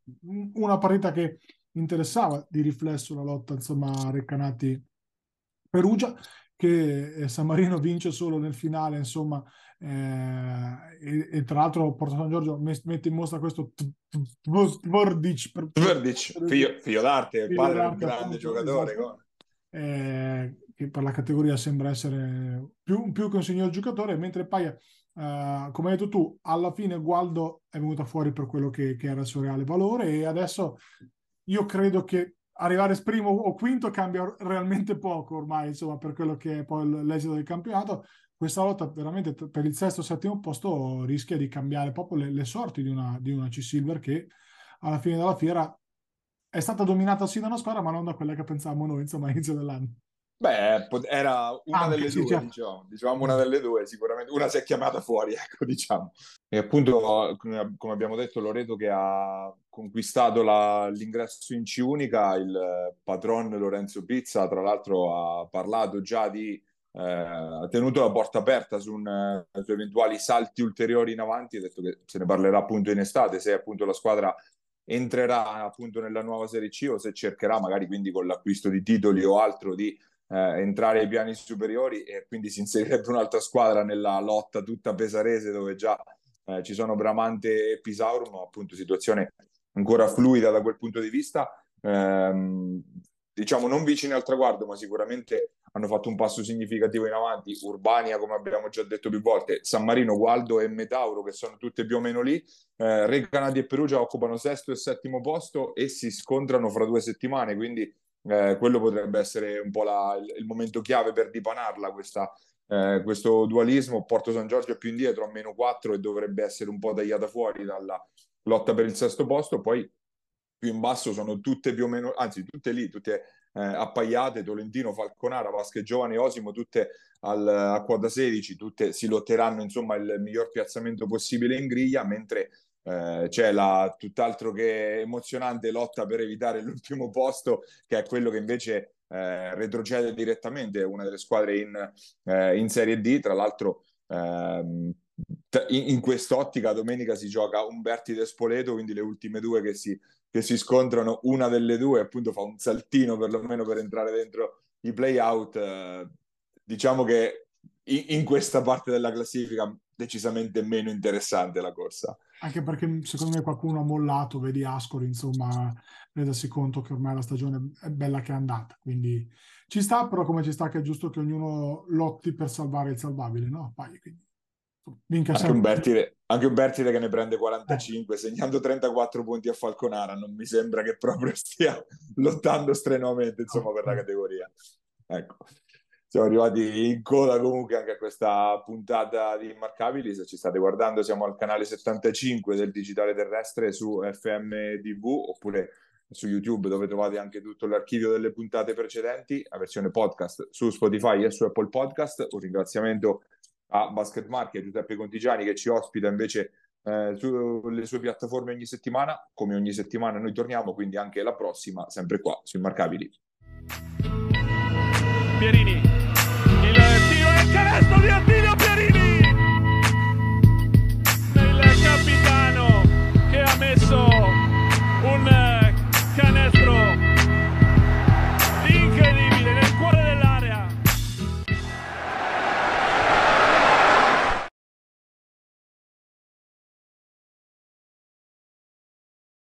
Speaker 3: una partita che interessava di riflesso la lotta, insomma, Recanati Perugia, che eh, San Marino vince solo nel finale, insomma, eh, e, e tra l'altro Porto San Giorgio met- mette in mostra questo Tvordic, per, per,
Speaker 2: Verdic,
Speaker 3: per,
Speaker 2: figlio, figlio d'arte, il
Speaker 3: figlio
Speaker 2: padre è un
Speaker 3: d'arte,
Speaker 2: grande
Speaker 3: appunto,
Speaker 2: giocatore.
Speaker 3: esatto,
Speaker 2: Come?
Speaker 3: eh, che per la categoria sembra essere più, più che un signor giocatore, mentre Paia, eh, come hai detto tu, alla fine Gualdo è venuta fuori per quello che, che era il suo reale valore, e adesso io credo che arrivare primo o quinto cambia realmente poco ormai, insomma, per quello che è poi l'esito del campionato. Questa lotta veramente per il sesto o settimo posto rischia di cambiare proprio le, le sorti di una, di una C-Silver, che alla fine della fiera è stata dominata sì da una squadra, ma non da quella che pensavamo noi, insomma, all'inizio dell'anno.
Speaker 2: Beh, pot- era una
Speaker 3: Anche,
Speaker 2: delle
Speaker 3: sì,
Speaker 2: due,
Speaker 3: certo.
Speaker 2: diciamo, diciamo una delle due, sicuramente. Una si è chiamata fuori, ecco, diciamo. E appunto, come come abbiamo detto, Loreto che ha conquistato la- l'ingresso in C Unica, il patron Lorenzo Pizza, tra l'altro, ha parlato già di, eh, ha tenuto la porta aperta su, un, eh, su eventuali salti ulteriori in avanti, ha detto che se ne parlerà appunto in estate, se appunto la squadra entrerà appunto nella nuova Serie C, o se cercherà magari quindi con l'acquisto di titoli o altro di eh, entrare ai piani superiori, e quindi si inserirebbe un'altra squadra nella lotta tutta pesarese, dove già eh, ci sono Bramante e Pisauro, ma appunto situazione ancora fluida da quel punto di vista. Ehm, diciamo non vicini al traguardo, ma sicuramente hanno fatto un passo significativo in avanti. Urbania, come abbiamo già detto più volte, San Marino, Gualdo e Metauro, che sono tutte più o meno lì. Eh, Recanati e Perugia occupano sesto e settimo posto e si scontrano fra due settimane, quindi eh, quello potrebbe essere un po' la, il, il momento chiave per dipanarla, questa, eh, questo dualismo. Porto San Giorgio è più indietro, a meno quattro, e dovrebbe essere un po' tagliata fuori dalla lotta per il sesto posto. Poi più in basso sono tutte più o meno, anzi tutte lì, tutte eh, appaiate: Tolentino, Falconara, Vasche Giovane, Osimo, tutte al, a quota sedici, tutte si lotteranno insomma il miglior piazzamento possibile in griglia, mentre eh, c'è la tutt'altro che emozionante lotta per evitare l'ultimo posto, che è quello che invece eh, retrocede direttamente, una delle squadre in, eh, in Serie D. Tra l'altro ehm, in, in quest'ottica domenica si gioca Umbertide e Spoleto, quindi le ultime due che si che si scontrano, una delle due appunto fa un saltino perlomeno per entrare dentro i play-out. Eh, diciamo che in, in questa parte della classifica decisamente meno interessante la corsa.
Speaker 3: Anche perché secondo me qualcuno ha mollato, vedi Ascoli, insomma, rendersi conto che ormai la stagione è bella che è andata, quindi ci sta, però come ci sta che è giusto che ognuno lotti per salvare il salvabile, no? Poi, quindi,
Speaker 2: anche Umbertide, anche Umbertide che ne prende quarantacinque,
Speaker 3: eh.
Speaker 2: segnando trentaquattro punti a Falconara. Non mi sembra che proprio stia lottando strenuamente insomma per la categoria. Ecco, siamo arrivati in coda comunque anche a questa puntata di Immarcabili. Se ci state guardando, siamo al canale settantacinque del Digitale Terrestre su F M T V, oppure su YouTube, dove trovate anche tutto l'archivio delle puntate precedenti, la versione podcast su Spotify e su Apple Podcast. Un ringraziamento a Basket Market, Giuseppe Contigiani, che ci ospita invece eh, sulle sue piattaforme ogni settimana. Come ogni settimana noi torniamo, quindi anche la prossima, sempre qua su Immarcabili.
Speaker 1: Pierini, il tiro e il canestro di